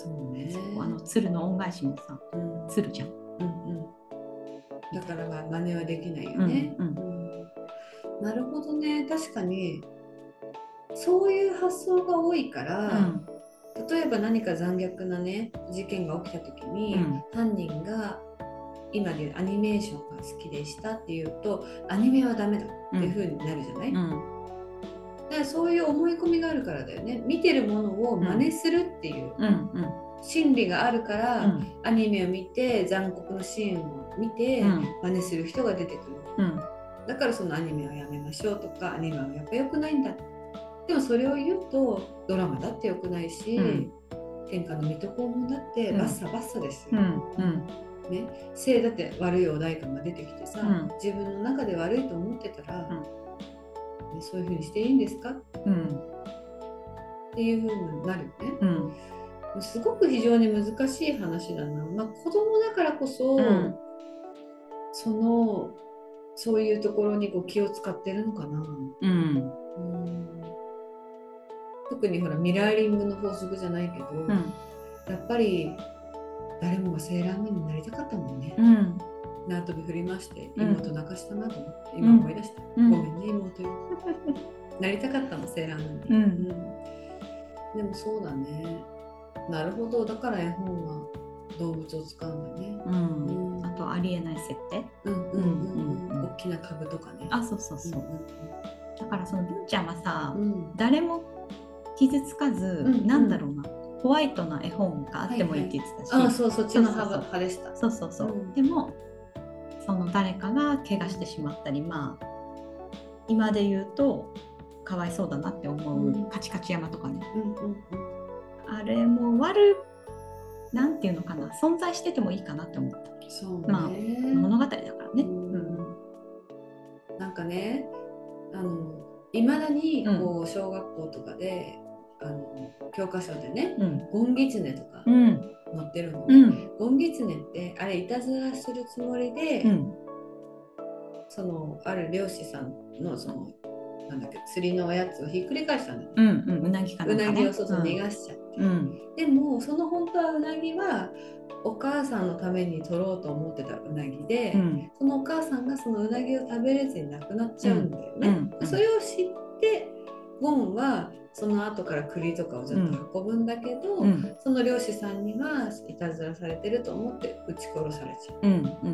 そうね。 あの鶴の恩返しもさ、うん、鶴じゃん。うんうん。 だからまあ真似はできないよね。うんうんうん、なるほどね。確かにそういう発想が多いから、うん、例えば何か残虐なね事件が起きた時に、うん、犯人が今でいうアニメーションが好きでしたっていうとアニメはダメだっていう風になるじゃない、うんうん、だからそういう思い込みがあるからだよね。見てるものを真似するっていう心理があるから、うん、アニメを見て残酷なシーンを見て、うん、真似する人が出てくる、うん、だからそのアニメをやめましょうとかアニメはやっぱ良くないんだ。でもそれを言うとドラマだって良くないし、うん、天下の水戸黄門だってバッサバッサですよ、うんうんね、性だって悪いお代官が出てきてさ、うん、自分の中で悪いと思ってたら、うんね、そういう風にしていいんですか、うん、っていう風になるよね、うん、すごく非常に難しい話だな、まあ、子供だからこそ、うん、そのそういうところにこう気を使ってるのかな、うんうん特にほらミラーリングの法則じゃないけど、うん、やっぱり誰もがセーラームーンになりたかったもんね、うん、縄跳び振りまして妹泣かしたなと思って、うん、今思い出した、うん、ごめんね妹よなりたかったのセーラームーンに、うんうん、でもそうだねなるほどだから絵本は動物を使うんだね、 うんうん、あとありえない設定、うんうんうんうん、大きな株とかねあそうそうそう、うんうん、だからその文ちゃんはさ、うん、誰も傷つかず、うんうん、なんだろうなホワイトな絵本があってもいいって言ってたし、 はいはい、あそうそっちの派でしたそうそうそう、うん、でもその誰かが怪我してしまったりまあ今で言うとかわいそうだなって思う、うん、カチカチ山とかね、うんうんうん、あれも悪なんていうのかな存在しててもいいかなって思ったそうね、 まあ物語だからね、うんうん、 なんかねあのいまだにこう小学校とかで、うん、あの教科書でね、うん、ゴンギツネとか載ってるのね、うん、ゴンギツネってあれいたずらするつもりで、うん、そのある漁師さんのそのなんだっけ釣りのおやつをひっくり返したんだよ、 うんうん、うなぎかなんかね、 うなぎをそうそう逃がしちゃって、うん、でもその本当はうなぎはお母さんのために取ろうと思ってたうなぎで、うん、そのお母さんがそのうなぎを食べれずに亡くなっちゃうんだよね、うんうん、それを知ってゴンはその後から栗とかをずっと運ぶんだけど、うん、その漁師さんにはいたずらされてると思って撃ち殺されちゃう、うんうん、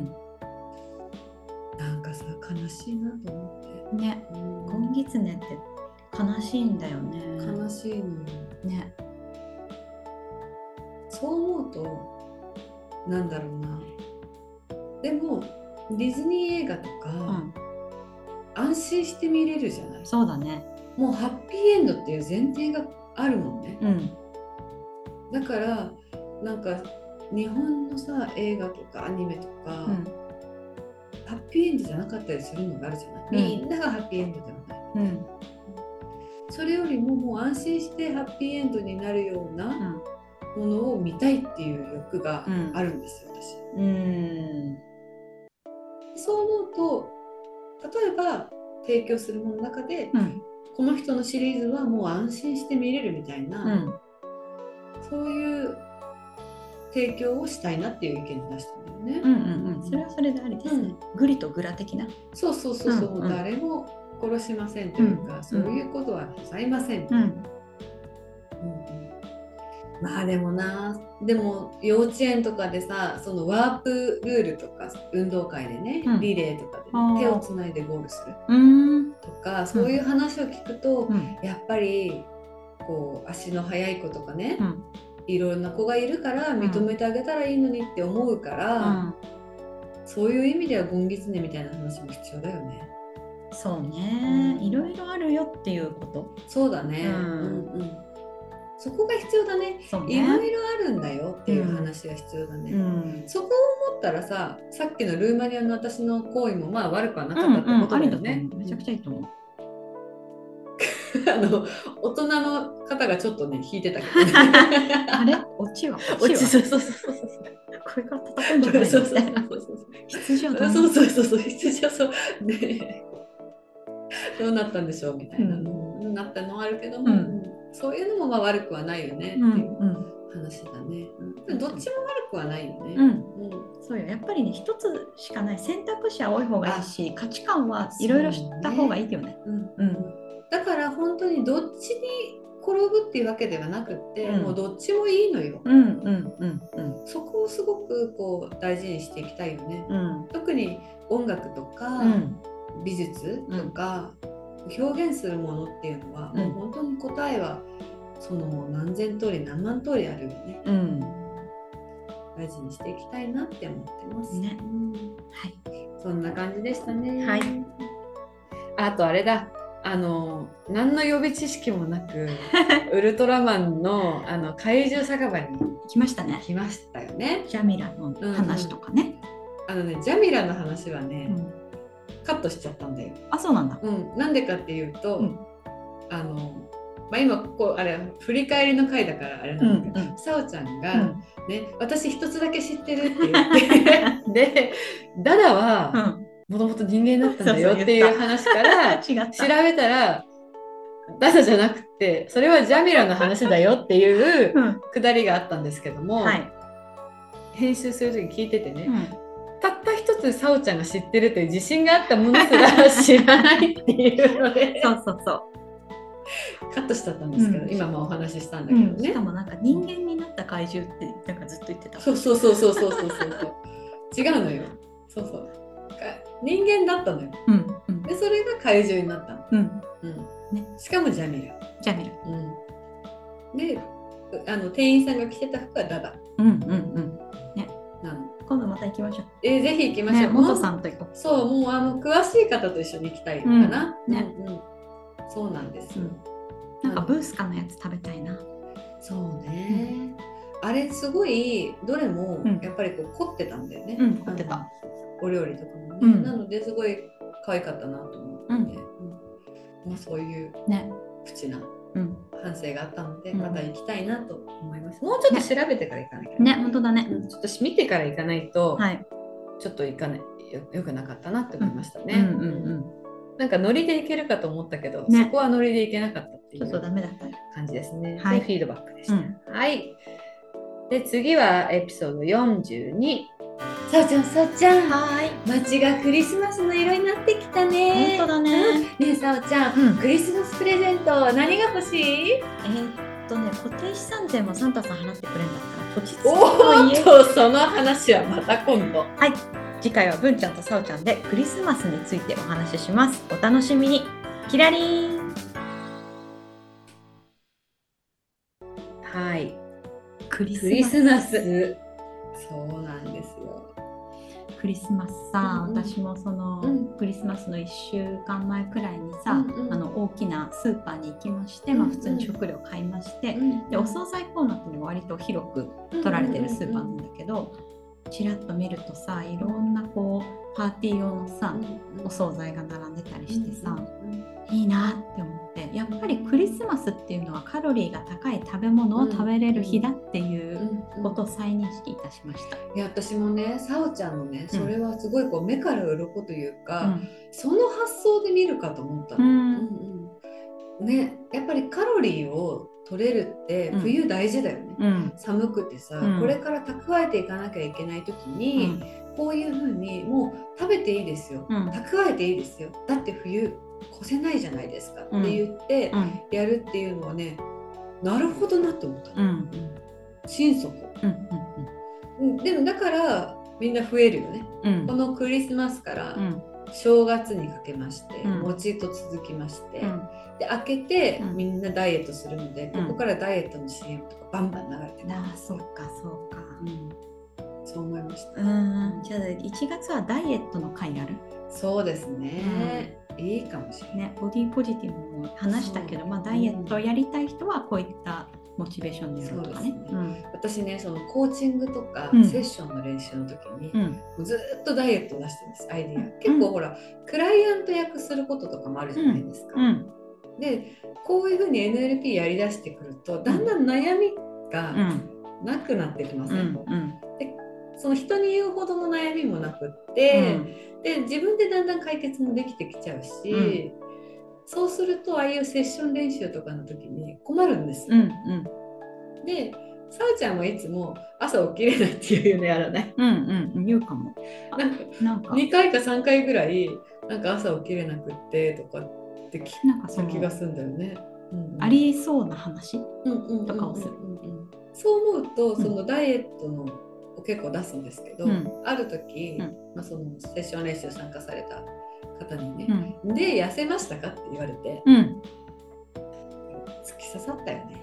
なんかさ悲しいなと思ってね、うん、ゴンギツネって悲しいんだよね悲しいのねそう思うとなんだろうなでもディズニー映画とか、うん、安心して見れるじゃないそうだねもうハッピーエンドっていう前提があるもんね、うん、だからなんか日本のさ映画とかアニメとか、うん、ハッピーエンドじゃなかったりするのがあるじゃない、うん、みんながハッピーエンドではない、うん、それよりももう安心してハッピーエンドになるような、うんものを見たいっていう欲があるんですよ、うん、私。うんそう思うと例えば提供するものの中で、うん、この人のシリーズはもう安心して見れるみたいな、うん、そういう提供をしたいなっていう意見を出したんだよね。 うんうんうん、それはそれでありですね。うん、グリとグラ的な。 そうそうそうそう、うんうん、誰も殺しませんというか、うん、そういうことはございません。うんうんうんまあでもなでも幼稚園とかでさそのワープルールとか運動会でね、うん、リレーとかで、ね、手をつないでゴールするとかそういう話を聞くと、うん、やっぱりこう足の速い子とかね、うん、いろんな子がいるから認めてあげたらいいのにって思うから、うん、そういう意味ではゴンギツネみたいな話も必要だよね。 そうね、うん、いろいろあるよっていうこと。 そうだね、うんうんうんそこが必要だ ね, ねいろいろあるんだよっていう話が必要だね、うん、そこを思ったらささっきのルーマニアの私の行為もまあ悪くはなかったってことだよね、 うんうん、めちゃくちゃいいと思うあの大人の方がちょっとね引いてたけどねあれオチはオチはそうそうそうそうこれから叩くんじゃないそうそうそうそう羊はどうそうそうそうそう羊はそうねどうなったんでしょうみたいな、うん、なったのはあるけども、うん、そういうのもまあ悪くはないよねっていう話だね、うん、どっちも悪くはないよね、 うん、うん、そうよ、やっぱりね一つしかない選択肢は多い方がいいし、価値観はいろいろ知った方がいいよね、 うんうん、だから本当にどっちに転ぶっていうわけではなくって、うん、もうどっちもいいのよ、うんうんうんうん、そこをすごくこう大事にしていきたいよね、うん、特に音楽とか、うん、美術とか、うん、表現するものっていうのは、うん、もう本当に答えはその何千通り何万通りあるよね、うん、大事にしていきたいなって思ってますね、うん、はい、そんな感じでしたね、はい、あとあれだ、あの何の予備知識もなくウルトラマン の, あの怪獣酒場に来ましたね来ましたよね、 ジャミラの話とかね、 うんうん、あのねジャミラの話はね、うん、カットしちゃったんだよ。 あ、そうなんだ、 うん、なんでかっていうと、うん、あのまあ、今こうあれ振り返りの回だからあれなんだけど、うんうん、さおちゃんが、うん、ね、私一つだけ知ってるって言ってでダダはもともと人間だったんだよっていう話から調べたらダダじゃなくてそれはジャミラの話だよっていうくだりがあったんですけども、うん、はい、編集する時に聞いててね、うん、たった一つさおちゃんが知ってるという自信があったものすら知らないっていうのでそうそうそうカットしちゃったんですけど、うん、今もお話ししたんだけどね、うん、 しかもなんか人間になった怪獣ってなんかずっと言ってた。 そうそうそうそうそうそうそう違うのよ。そうそう人間だったのよ、うんうん、でそれが怪獣になったの、うんうんね、しかもジャミラジャミラ、 うん、であの店員さんが着てた服はダダ、うんうんうんね、なの今度また行きましょう。 えー、ぜひ行きましょう、ね、 元さんと行こう。 そう、もうあの詳しい方と一緒に行きたいかな、うん、ね、うんうん、そうなんです、うん、 なんかブースカのやつ食べたいな。 そうね、うん、あれすごいどれもやっぱりこう凝ってたんだよね、 うん、凝ってたお料理とかもね、うん、なのですごい可愛かったなと思って、うんうん、まあ、そういうプチな反省があったので、ね、また行きたいなと思います、うん、もうちょっと調べてから行かないとね、本当だね、 うん、ちょっと見てから行かないと、はい、ちょっと行かない よ, よくなかったなって思いましたね、うんうんうんうん、なんかノリで行けるかと思ったけど、ね、そこはノリで行けなかったっていう感じですね。はい、フィードバックでした、うん、はい。で次はエピソードよんじゅうに。さおちゃん、さおちゃん、はい、街がクリスマスの色になってきたね。 本当だね、うん、 ねえさおちゃん、うん、クリスマスプレゼント何が欲しい？えー、っとね固定資産税もサンタさん払ってくれるんだったら土地付きの家。おーっとその話はまた今度。 はい、次回は文ちゃんとさおちゃんでクリスマスについてお話しします。お楽しみに。キラリーン。 はい、 クリスマス。 クリスマスそうなんですよ。 クリスマスさ、うんうん、私もその、うん、クリスマスのいっしゅうかんまえくらいにさ、うんうん、あの大きなスーパーに行きまして、うんうん、まあ、普通に食料買いまして、うんうん、でお惣菜コーナーっていうのは割と広く取られてるスーパーなんだけど、ちらっと見るとさ、いろんなこうパーティー用のさ、うんうん、お惣菜が並んでたりしてさ、うんうん、いいなって思って、やっぱりクリスマスっていうのはカロリーが高い食べ物を食べれる日だっていうことを再認識いたしました。 いや私もね、さおちゃんのね、それはすごいこう目から鱗というか、うん、その発想で見るかと思ったの、うんうんうん、ね、やっぱりカロリーを取れるって冬大事だよね、うん、寒くてさ、うん、これから蓄えていかなきゃいけない時に、うん、こういう風にもう食べていいですよ、うん、蓄えていいですよ、だって冬越せないじゃないですかって言ってやるっていうのはね、なるほどなと思った、うん、心底、うんうん、でもだからみんな増えるよね、うん、このクリスマスから正月にかけまして、うん、餅と続きまして、うん、で開けてみんなダイエットするので、うん、ここからダイエットの シーエム とかバンバン流れてた、 うん、ああそうかそうか、 うん、そう思いました。 うん、じゃあいちがつはダイエットの回ある？ そうですね、うん、いいかもしれない、 ね、ボディポジティブも話したけど、まあ、ダイエットをやりたい人はこういったモチベーションでやるとかね。 そうですね、うん、私ね、そのコーチングとか、うん、セッションの練習の時に、うん、ずっとダイエット出してるんです、アイディア、うん、結構ほらクライアント役することとかもあるじゃないですか、うんうん、でこういうふうに エヌエルピー やりだしてくるとだんだん悩みがなくなってきません、うんうん、でその人に言うほどの悩みもなくって、うん、で自分でだんだん解決もできてきちゃうし、うん、そうするとああいうセッション練習とかの時に困るんですよ、うんうん、でさおちゃんもいつも朝起きれないっていうのやらない？ うんうん、言うかも。 なんかなんかにかいかさんかいぐらいなんか朝起きれなくってとかってなんかその気がするんだよね。 うんうん、ありそうな話とかをする。 そう思うと、そのダイエットのを結構出すんですけど、うん、ある時、うん、まあ、そのセッション練習参加された方にね、うん、で痩せましたかって言われて、うん、突き刺さったよね。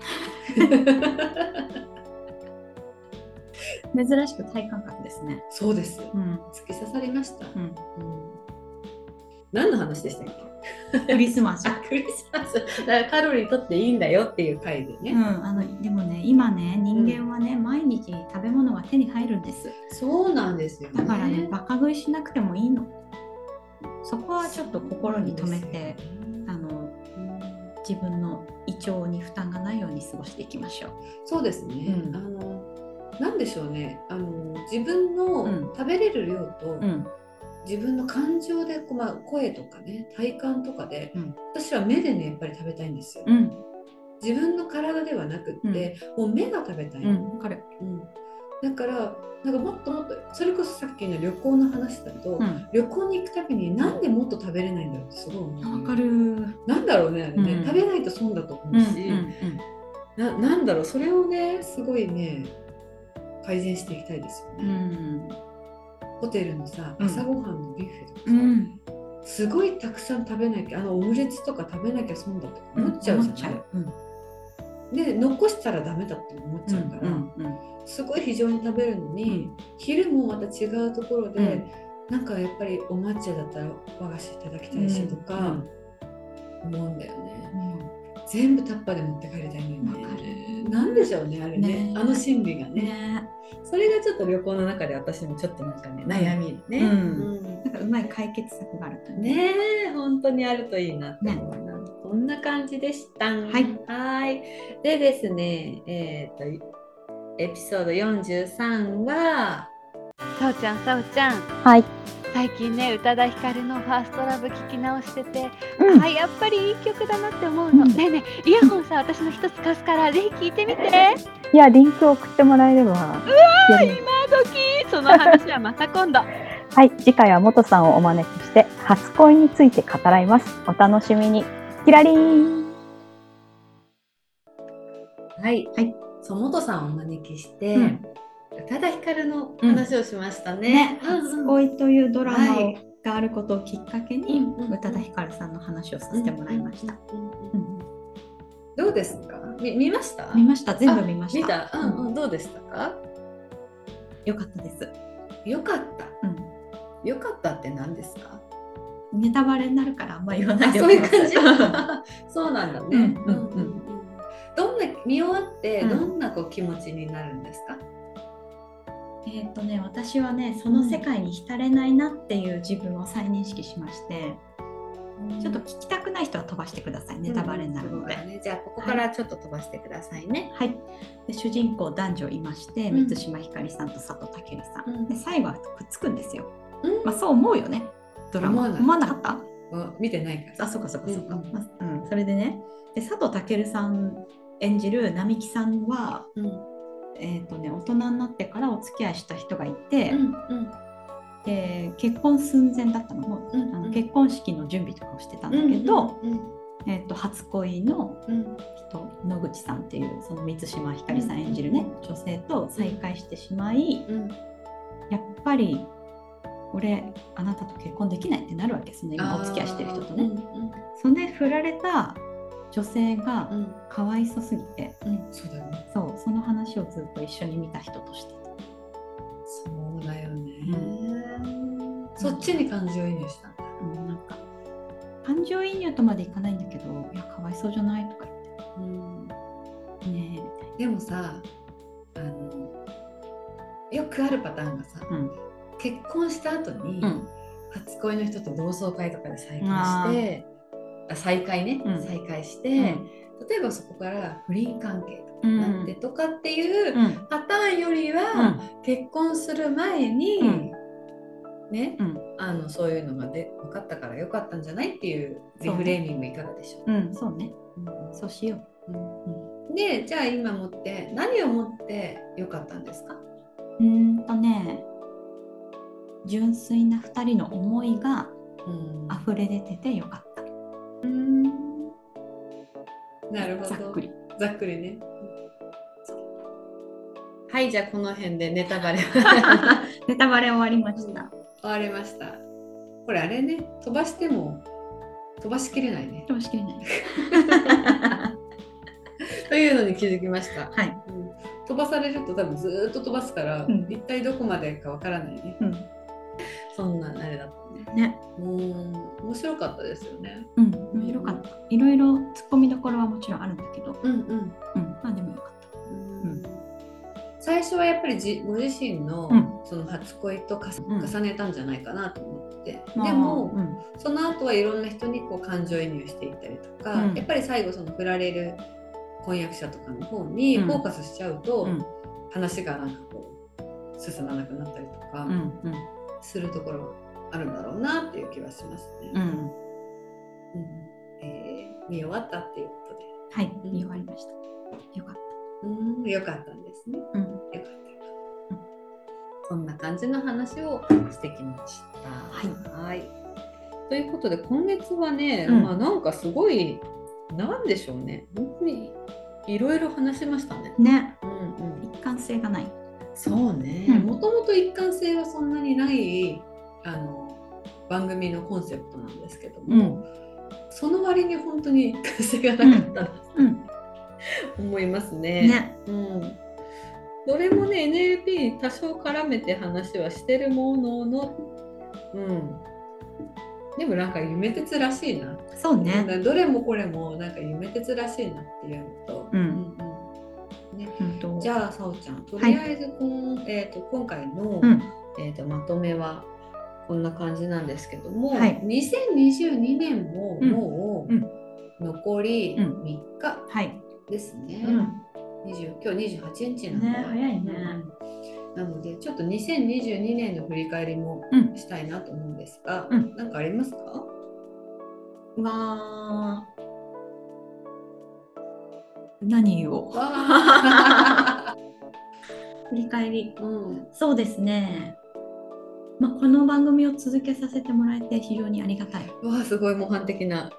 珍しく体感覚ですね。 そうです、うん、突き刺さりました。うんうん、何の話でしたっけ？ クリスマス。 クリスマス。だからカロリー取っていいんだよっていう回でね。 うん、あのでもね、今ね、人間はね、うん、毎日食べ物が手に入るんです。 そうなんですよね。 だからね、バカ食いしなくてもいいの。そこはちょっと心に留めて、ね、あの自分の胃腸に負担がないように過ごしていきましょう。 そうですね。うん、あのなんでしょうね。あの自分の食べれる量と、うん、自分の感情で、まあ、声とかね、体感とかで、うん、私は目でねやっぱり食べたいんですよ。うん、自分の体ではなくって、うん、もう目が食べたいの。うん、かる。うん、だからなんかもっともっと、それこそさっきの旅行の話だと、うん、旅行に行くたびになんでもっと食べれないんだろうってすごい思う。 わかる。 なんだろうね、あれね、うん、食べないと損だと思うし、うんうんうん、な, なんだろう、それをねすごいね改善していきたいですよね。うん、ホテルのさ、朝ごはんのビュッフェとかさ、うん、すごいたくさん食べなきゃ、あのオムレツとか食べなきゃ損だとか思っちゃうじゃない、うんうん、で残したらダメだって思っちゃうから、うんうんうん、すごい非常に食べるのに、うん、昼もまた違うところで、うん、なんかやっぱりお抹茶だったら和菓子いただきたいしとか思うんだよね、うん、全部タッパーで持って帰りたいのよね。なんでしょうね、あれ ね, ねあの心理が ね, ねそれがちょっと旅行の中で私もちょっとなんかね悩みね、うんうん、 なんかうまい解決策があるとね。ねえ、本当にあるといいなって思うな、ね、こんな感じでした。はい、はいでですね、えー、とエピソードよんじゅうさんはさおちゃんさおちゃん、 はい、 最近ね宇多田ヒカルのファーストラブ聞き直してて、うん、あやっぱりいい曲だなって思うの、うん、ねえねえイヤホンさ私の一つ貸すからぜひ聞いてみて。 いやリンク送ってもらえれば。うわー今時その話はまた今度。 はい次回は元さんをお招きして初恋について語らいます。お楽しみに。キラリン。 はい、はい、そう元さんをお招きして、うん宇多田ヒカルの話をしましたね。 うんね、初恋というドラマがあることをきっかけに、はい、宇多田ヒカルさんの話をさせてもらいました。 どうですか？み見ました？ 見ました。全部見ました。 見た？うんうん、どうでしたか？ よかったです。 よかった。うん、よかったって何ですか？ ネタバレになるからあんま言わないでおきます。そういう感じ。そうなんだね。うんうんうん、どんな見終わってどんなこう気持ちになるんですか？ えーとね、私はねその世界に浸れないなっていう自分を再認識しまして、うん、ちょっと聞きたくない人は飛ばしてください、ネタバレになるので、 うんね、じゃあここからちょっと飛ばしてくださいね。 はい、はい、で主人公男女いまして、うん、満島ひかりさんと佐藤健さん、うん、で最後はくっつくんですよ、うんまあ、そう思うよねドラマ。思わなかった？ 見てないから。 あ、そうかそうかそうか、うんうんうん、それでねで佐藤健さん演じる並木さんは、うんえーとね、大人になってからお付き合いした人がいて、うんうん、で結婚寸前だったのも、うんうん、あの結婚式の準備とかをしてたんだけど、うんうんうんえーと、初恋の人、うん、野口さんっていうその満島ひかりさん演じるね、うん、女性と再会してしまい、うん、やっぱり俺あなたと結婚できないってなるわけ、その今お付き合いしてる人とね、うんうん、そんで振られた女性がかわいそすぎて、 うんうん、そうだよね。 そう、その話をずっと一緒に見た人としてた。 そうだよね、うん、そっちに感情移入したんだ、 うん、なんか感情移入とまでいかないんだけど、いやかわいそうじゃないとか言って、うん、ねえみたいな。 でもさあのよくあるパターンがさ、うん、結婚した後に、うん、初恋の人と同窓会とかで再会して再会ね、うん、再会して、うん、例えばそこから不倫関係とかなってとかっていうパターンよりは、うん、結婚する前に、うん、ね、うん、あのそういうのがで分かったからよかったんじゃないっていうリフレーミングいかがでしょう？ うん、そうね、うん、そうしよう、うんうん、 でじゃあ今持って何を持ってよかったんですか？ うーんとね純粋なふたりの思いが溢れ出ててよかった。 うん、なるほど。 ざっくりざっくりね。はい、じゃあこの辺でネタバレネタバレ終わりました。 終わりました。これあれね、飛ばしても飛ばしきれないね。 飛ばしきれないというのに気づきました。 はい、 うん、飛ばされると多分ずっと飛ばすから、うん、一体どこまでかわからないね。うん、そんなあれだったね。ね、うん、面白かったですよね。 うん、面白かった。いろいろ突っ込みどころはもちろんあるんだけど、 うんうん、 うん、まあでもよかった。うん、 最初はやっぱりじご自身の、うん、その初恋とか、うん、重ねたんじゃないかなと思って、うん、でも、うん、その後はいろんな人にこう感情移入していったりとか、うん、やっぱり最後その振られる婚約者とかの方にフォーカスしちゃうと、うん、話がなんかこう進まなくなったりとかするところあるんだろうなっていう気はしますね。うんうん、えー、見終わったっていうことで。 はい、見終わりました。よかった。 うん、よかったんですね。うん、よかった。うん、そんな感じの話をしてきました。はい。はい。ということで今月はね、うん、まあなんかすごいなんでしょうね。本当にいろいろ話しましたね。 ね。うんうん。一貫性がない。 そうね。もともと一貫性はそんなにないあの番組のコンセプトなんですけども、うん、その割に本当に一貫性がなかったな、うんうん思いますね。ね、うん、どれもね エヌエルピー に多少絡めて話はしてるものの、うん、でもなんか夢鉄らしいな。 そうね。 どれもこれもなんか夢鉄らしいなっていうのと、うんうんうんね、うん、じゃあさおちゃんとりあえずこの、はい、えー、と今回の、うんえー、とまとめはこんな感じなんですけども、はい、にせんにじゅうにねんももう残りみっか、うんうんはいですね、うん、にじゅう今日にじゅうはちにちなんで、 ね、早いね、 うん、なのでちょっとにせんにじゅうにねんの振り返りもしたいなと思うんですが、うん、何かありますか？ まあ何を振り返り、うん、そうですね、まあ、この番組を続けさせてもらえて非常にありがたい。 わあすごい模範的な。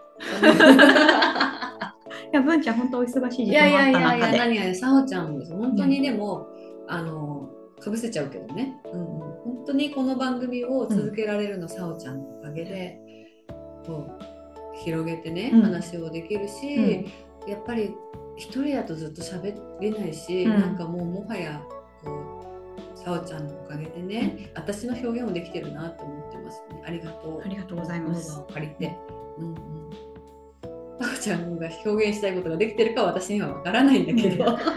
いや文ちゃん本当お忙しい時間もあった中で。いやいやいやいや何々さおちゃんです本当にでも、うん、あのかぶせちゃうけどね、うん、本当にこの番組を続けられるのさおちゃんのおかげで、こう広げてね、うん、話をできるし、うん、やっぱり一人だとずっと喋れないし、うん、なんかもうもはやこうさおちゃんのおかげでね、うん、私の表現もできてるなと思ってますね。ありがとう。 ありがとうございます。 借りて、うんうんさおちゃんが表現したいことができてるかは私にはわからないんだけど、うん、こ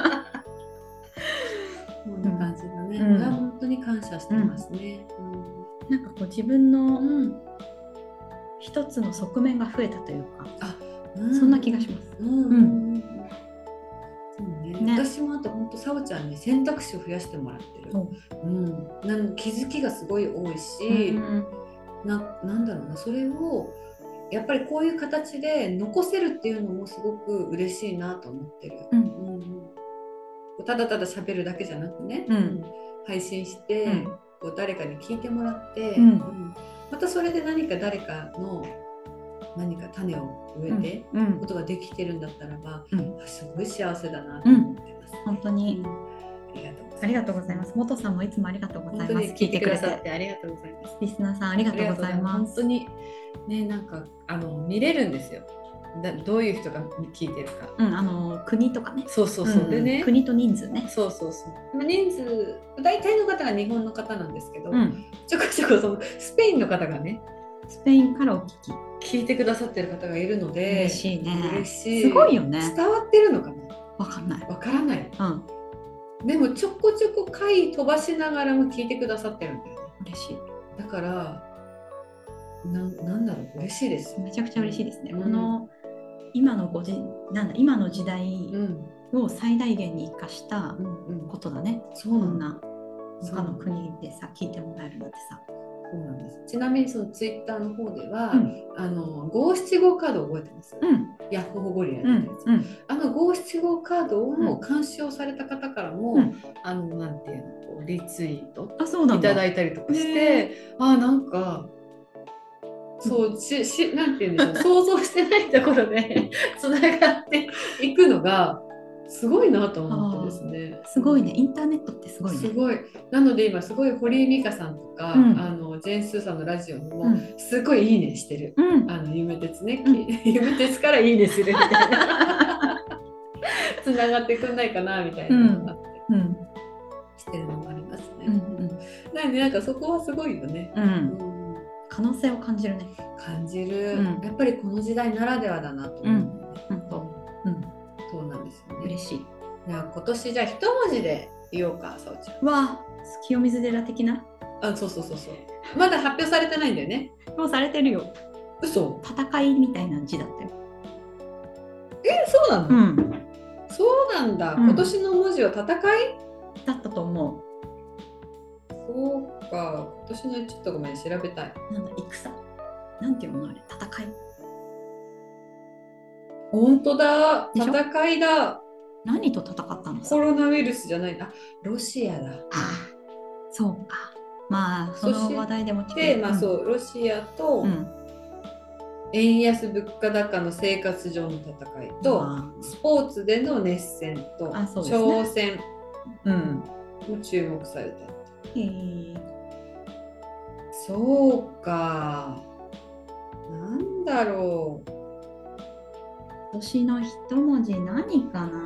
んな感じだね、うん、本当に感謝してますね、うんうん、なんかこう自分の一つの側面が増えたというか、あ、うん、そんな気がします、うんうんうんそうねね、私もあと本当さおちゃんに選択肢を増やしてもらってる、うんうん、なん気づきがすごい多いし、うん、な, なんだろうなそれをやっぱりこういう形で残せるっていうのもすごく嬉しいなと思ってる、うんうんうん、ただただ喋るだけじゃなくね、うん、配信して、うん、こう誰かに聞いてもらって、うんうん、またそれで何か誰かの何か種を植えてことができてるんだったらば、うんうん、すごい幸せだなと思ってます、ねうん、本当に、うんありがとうございます。元さんもいつもありがとうございます。 聞いてくださってありがとうございます。 リスナーさんありがとうございます。 本当にねなんかあの見れるんですよ。だどういう人が聞いてるか。 うん、あの国とかね。 そうそうそう、うん、でね国と人数ね。 そうそうそう。人数大体の方が日本の方なんですけど、うん、ちょこちょこそのスペインの方がねスペインからお聞き聞いてくださってる方がいるので嬉しいね。 嬉しい。 すごいよね。 伝わってるのかな。 わかんない。 わからない。うん。でもちょこちょこ回飛ばしながらも聞いてくださってるんだよね。 嬉しい。 だからな、なんだろう嬉しいです。 めちゃくちゃ嬉しいですね。うん、この今のごじなんだ今の時代を最大限に生かしたことだね。うんうん、そんな他の国でさ聞いてもらえるなんてさ。 そうなんです。ちなみにそのツイッターの方では、 うん、 あの五七五カードを覚えてます、 うん、 ヤッホーゴリラうん、 やってるやつ、 うん、 あの五七五カードを監視をされた方からも、 うん、 あのなんていうのこうリツイートあ、そうなんだ。 いただいたりとかして、あ、なんかそうししなんていうんでしょう想像してないところでつながっていくのがすごいなと思ってですね。 すごいね、インターネットってすごいね。 すごい。なので今すごい堀井美香さんとか、 うん、 あのジェーン・スーさんのラジオにもうん、 すごいいいねしてる。 うん、 あの夢鉄ね、 うん、 夢鉄からいいねするみたいなつながってくんないかなみたいなのがあって、 うん、 してるのもありますね。 うん、うん、 なのでなんかそこはすごいよね。 うん、 うん、 可能性を感じるね。 感じる、 うん、 やっぱりこの時代ならではだなと思う、ね。 うん、本当、うん、 そうなんですよね。 嬉しい。 じゃあ今年じゃあ一文字で言おうか、さおちゃん。 わあ、清水寺的な。 あ、そうそうそうそう。まだ発表されてないんだよね。 もうされてるよ。 嘘。 戦いみたいな字だったよ。 え、そうなの？ うん。 そうなんだ。 うん、 今年の文字は戦い？ だったと思う。そうか。今年のちょっとごめん調べたい。 なんだ、戦。なんていうのあれ、戦い。 本当だ。戦いだ。 何と戦ったの？ コロナウイルスじゃない。あ、ロシアだ。ああ、 そうか。まあその話題でも来て、まあそう、ロシアと、うん、円安物価高の生活上の戦いと、スポーツでの熱戦と、 あ、そうですね、 挑戦、 うん、 も注目された。 へえ。 そうか。なんだろう。 今年の一文字何かな、うん、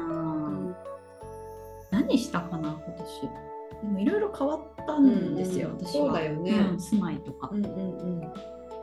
何したかな今年。でもいろいろ変わったんですよ、うん、私は。 そうだよね、 うん、住まいとか、 うんうんうん、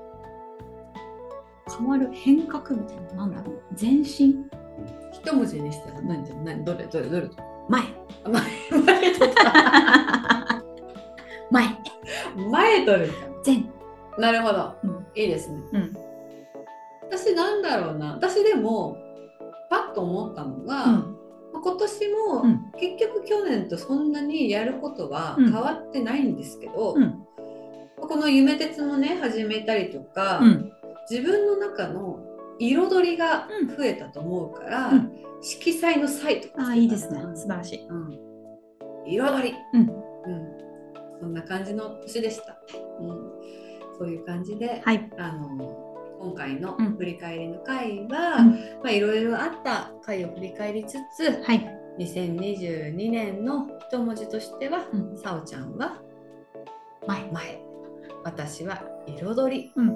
変わる変革みたいな、なんだろう、前進。 一文字にしたら何じゃ何どれどれどれ前前前とか前前取る前。 なるほど、 うん、 いいですね、 うん、 私なんだろうな、私でもパッと思ったのが、うん、今年も、うん、結局去年とそんなにやることは変わってないんですけど、うん、この夢鉄もね始めたりとか、うん、自分の中の彩りが増えたと思うから、うん、色彩の彩とか、 あ、いいですね、素晴らしい、 うん、彩り、うんうん、そんな感じの年でした、うん、そういう感じで、はい、あの今回の振り返りの回は、うん、まあ、いろいろあった回を振り返りつつ、はい、にせんにじゅうにねんの一文字としては、うん、さおちゃんは前前、私は彩り、うん、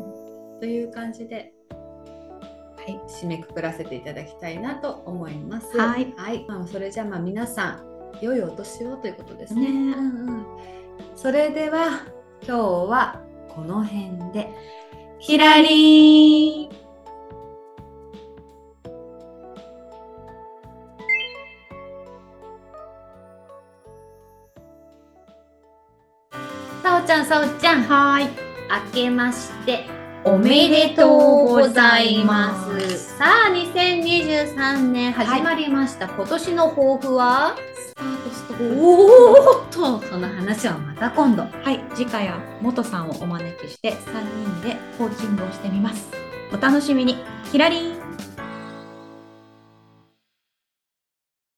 という感じで、はい、締めくくらせていただきたいなと思います。はい、はい、まあ、それじゃあ、まあ皆さん良いお年をということですね。ね、うんうん、それでは今日はこの辺で。ひらりー。さおちゃん、さおちゃん、はい、明けましておめでとうございます。さあ、にせんにじゅうさんねん始まりました。はい、今年の抱負はスタートストップ。おーっと、その話はまた今度。 はい、次回は元さんをお招きしてさんにんでコーチングをしてみます。お楽しみに。ひらりー。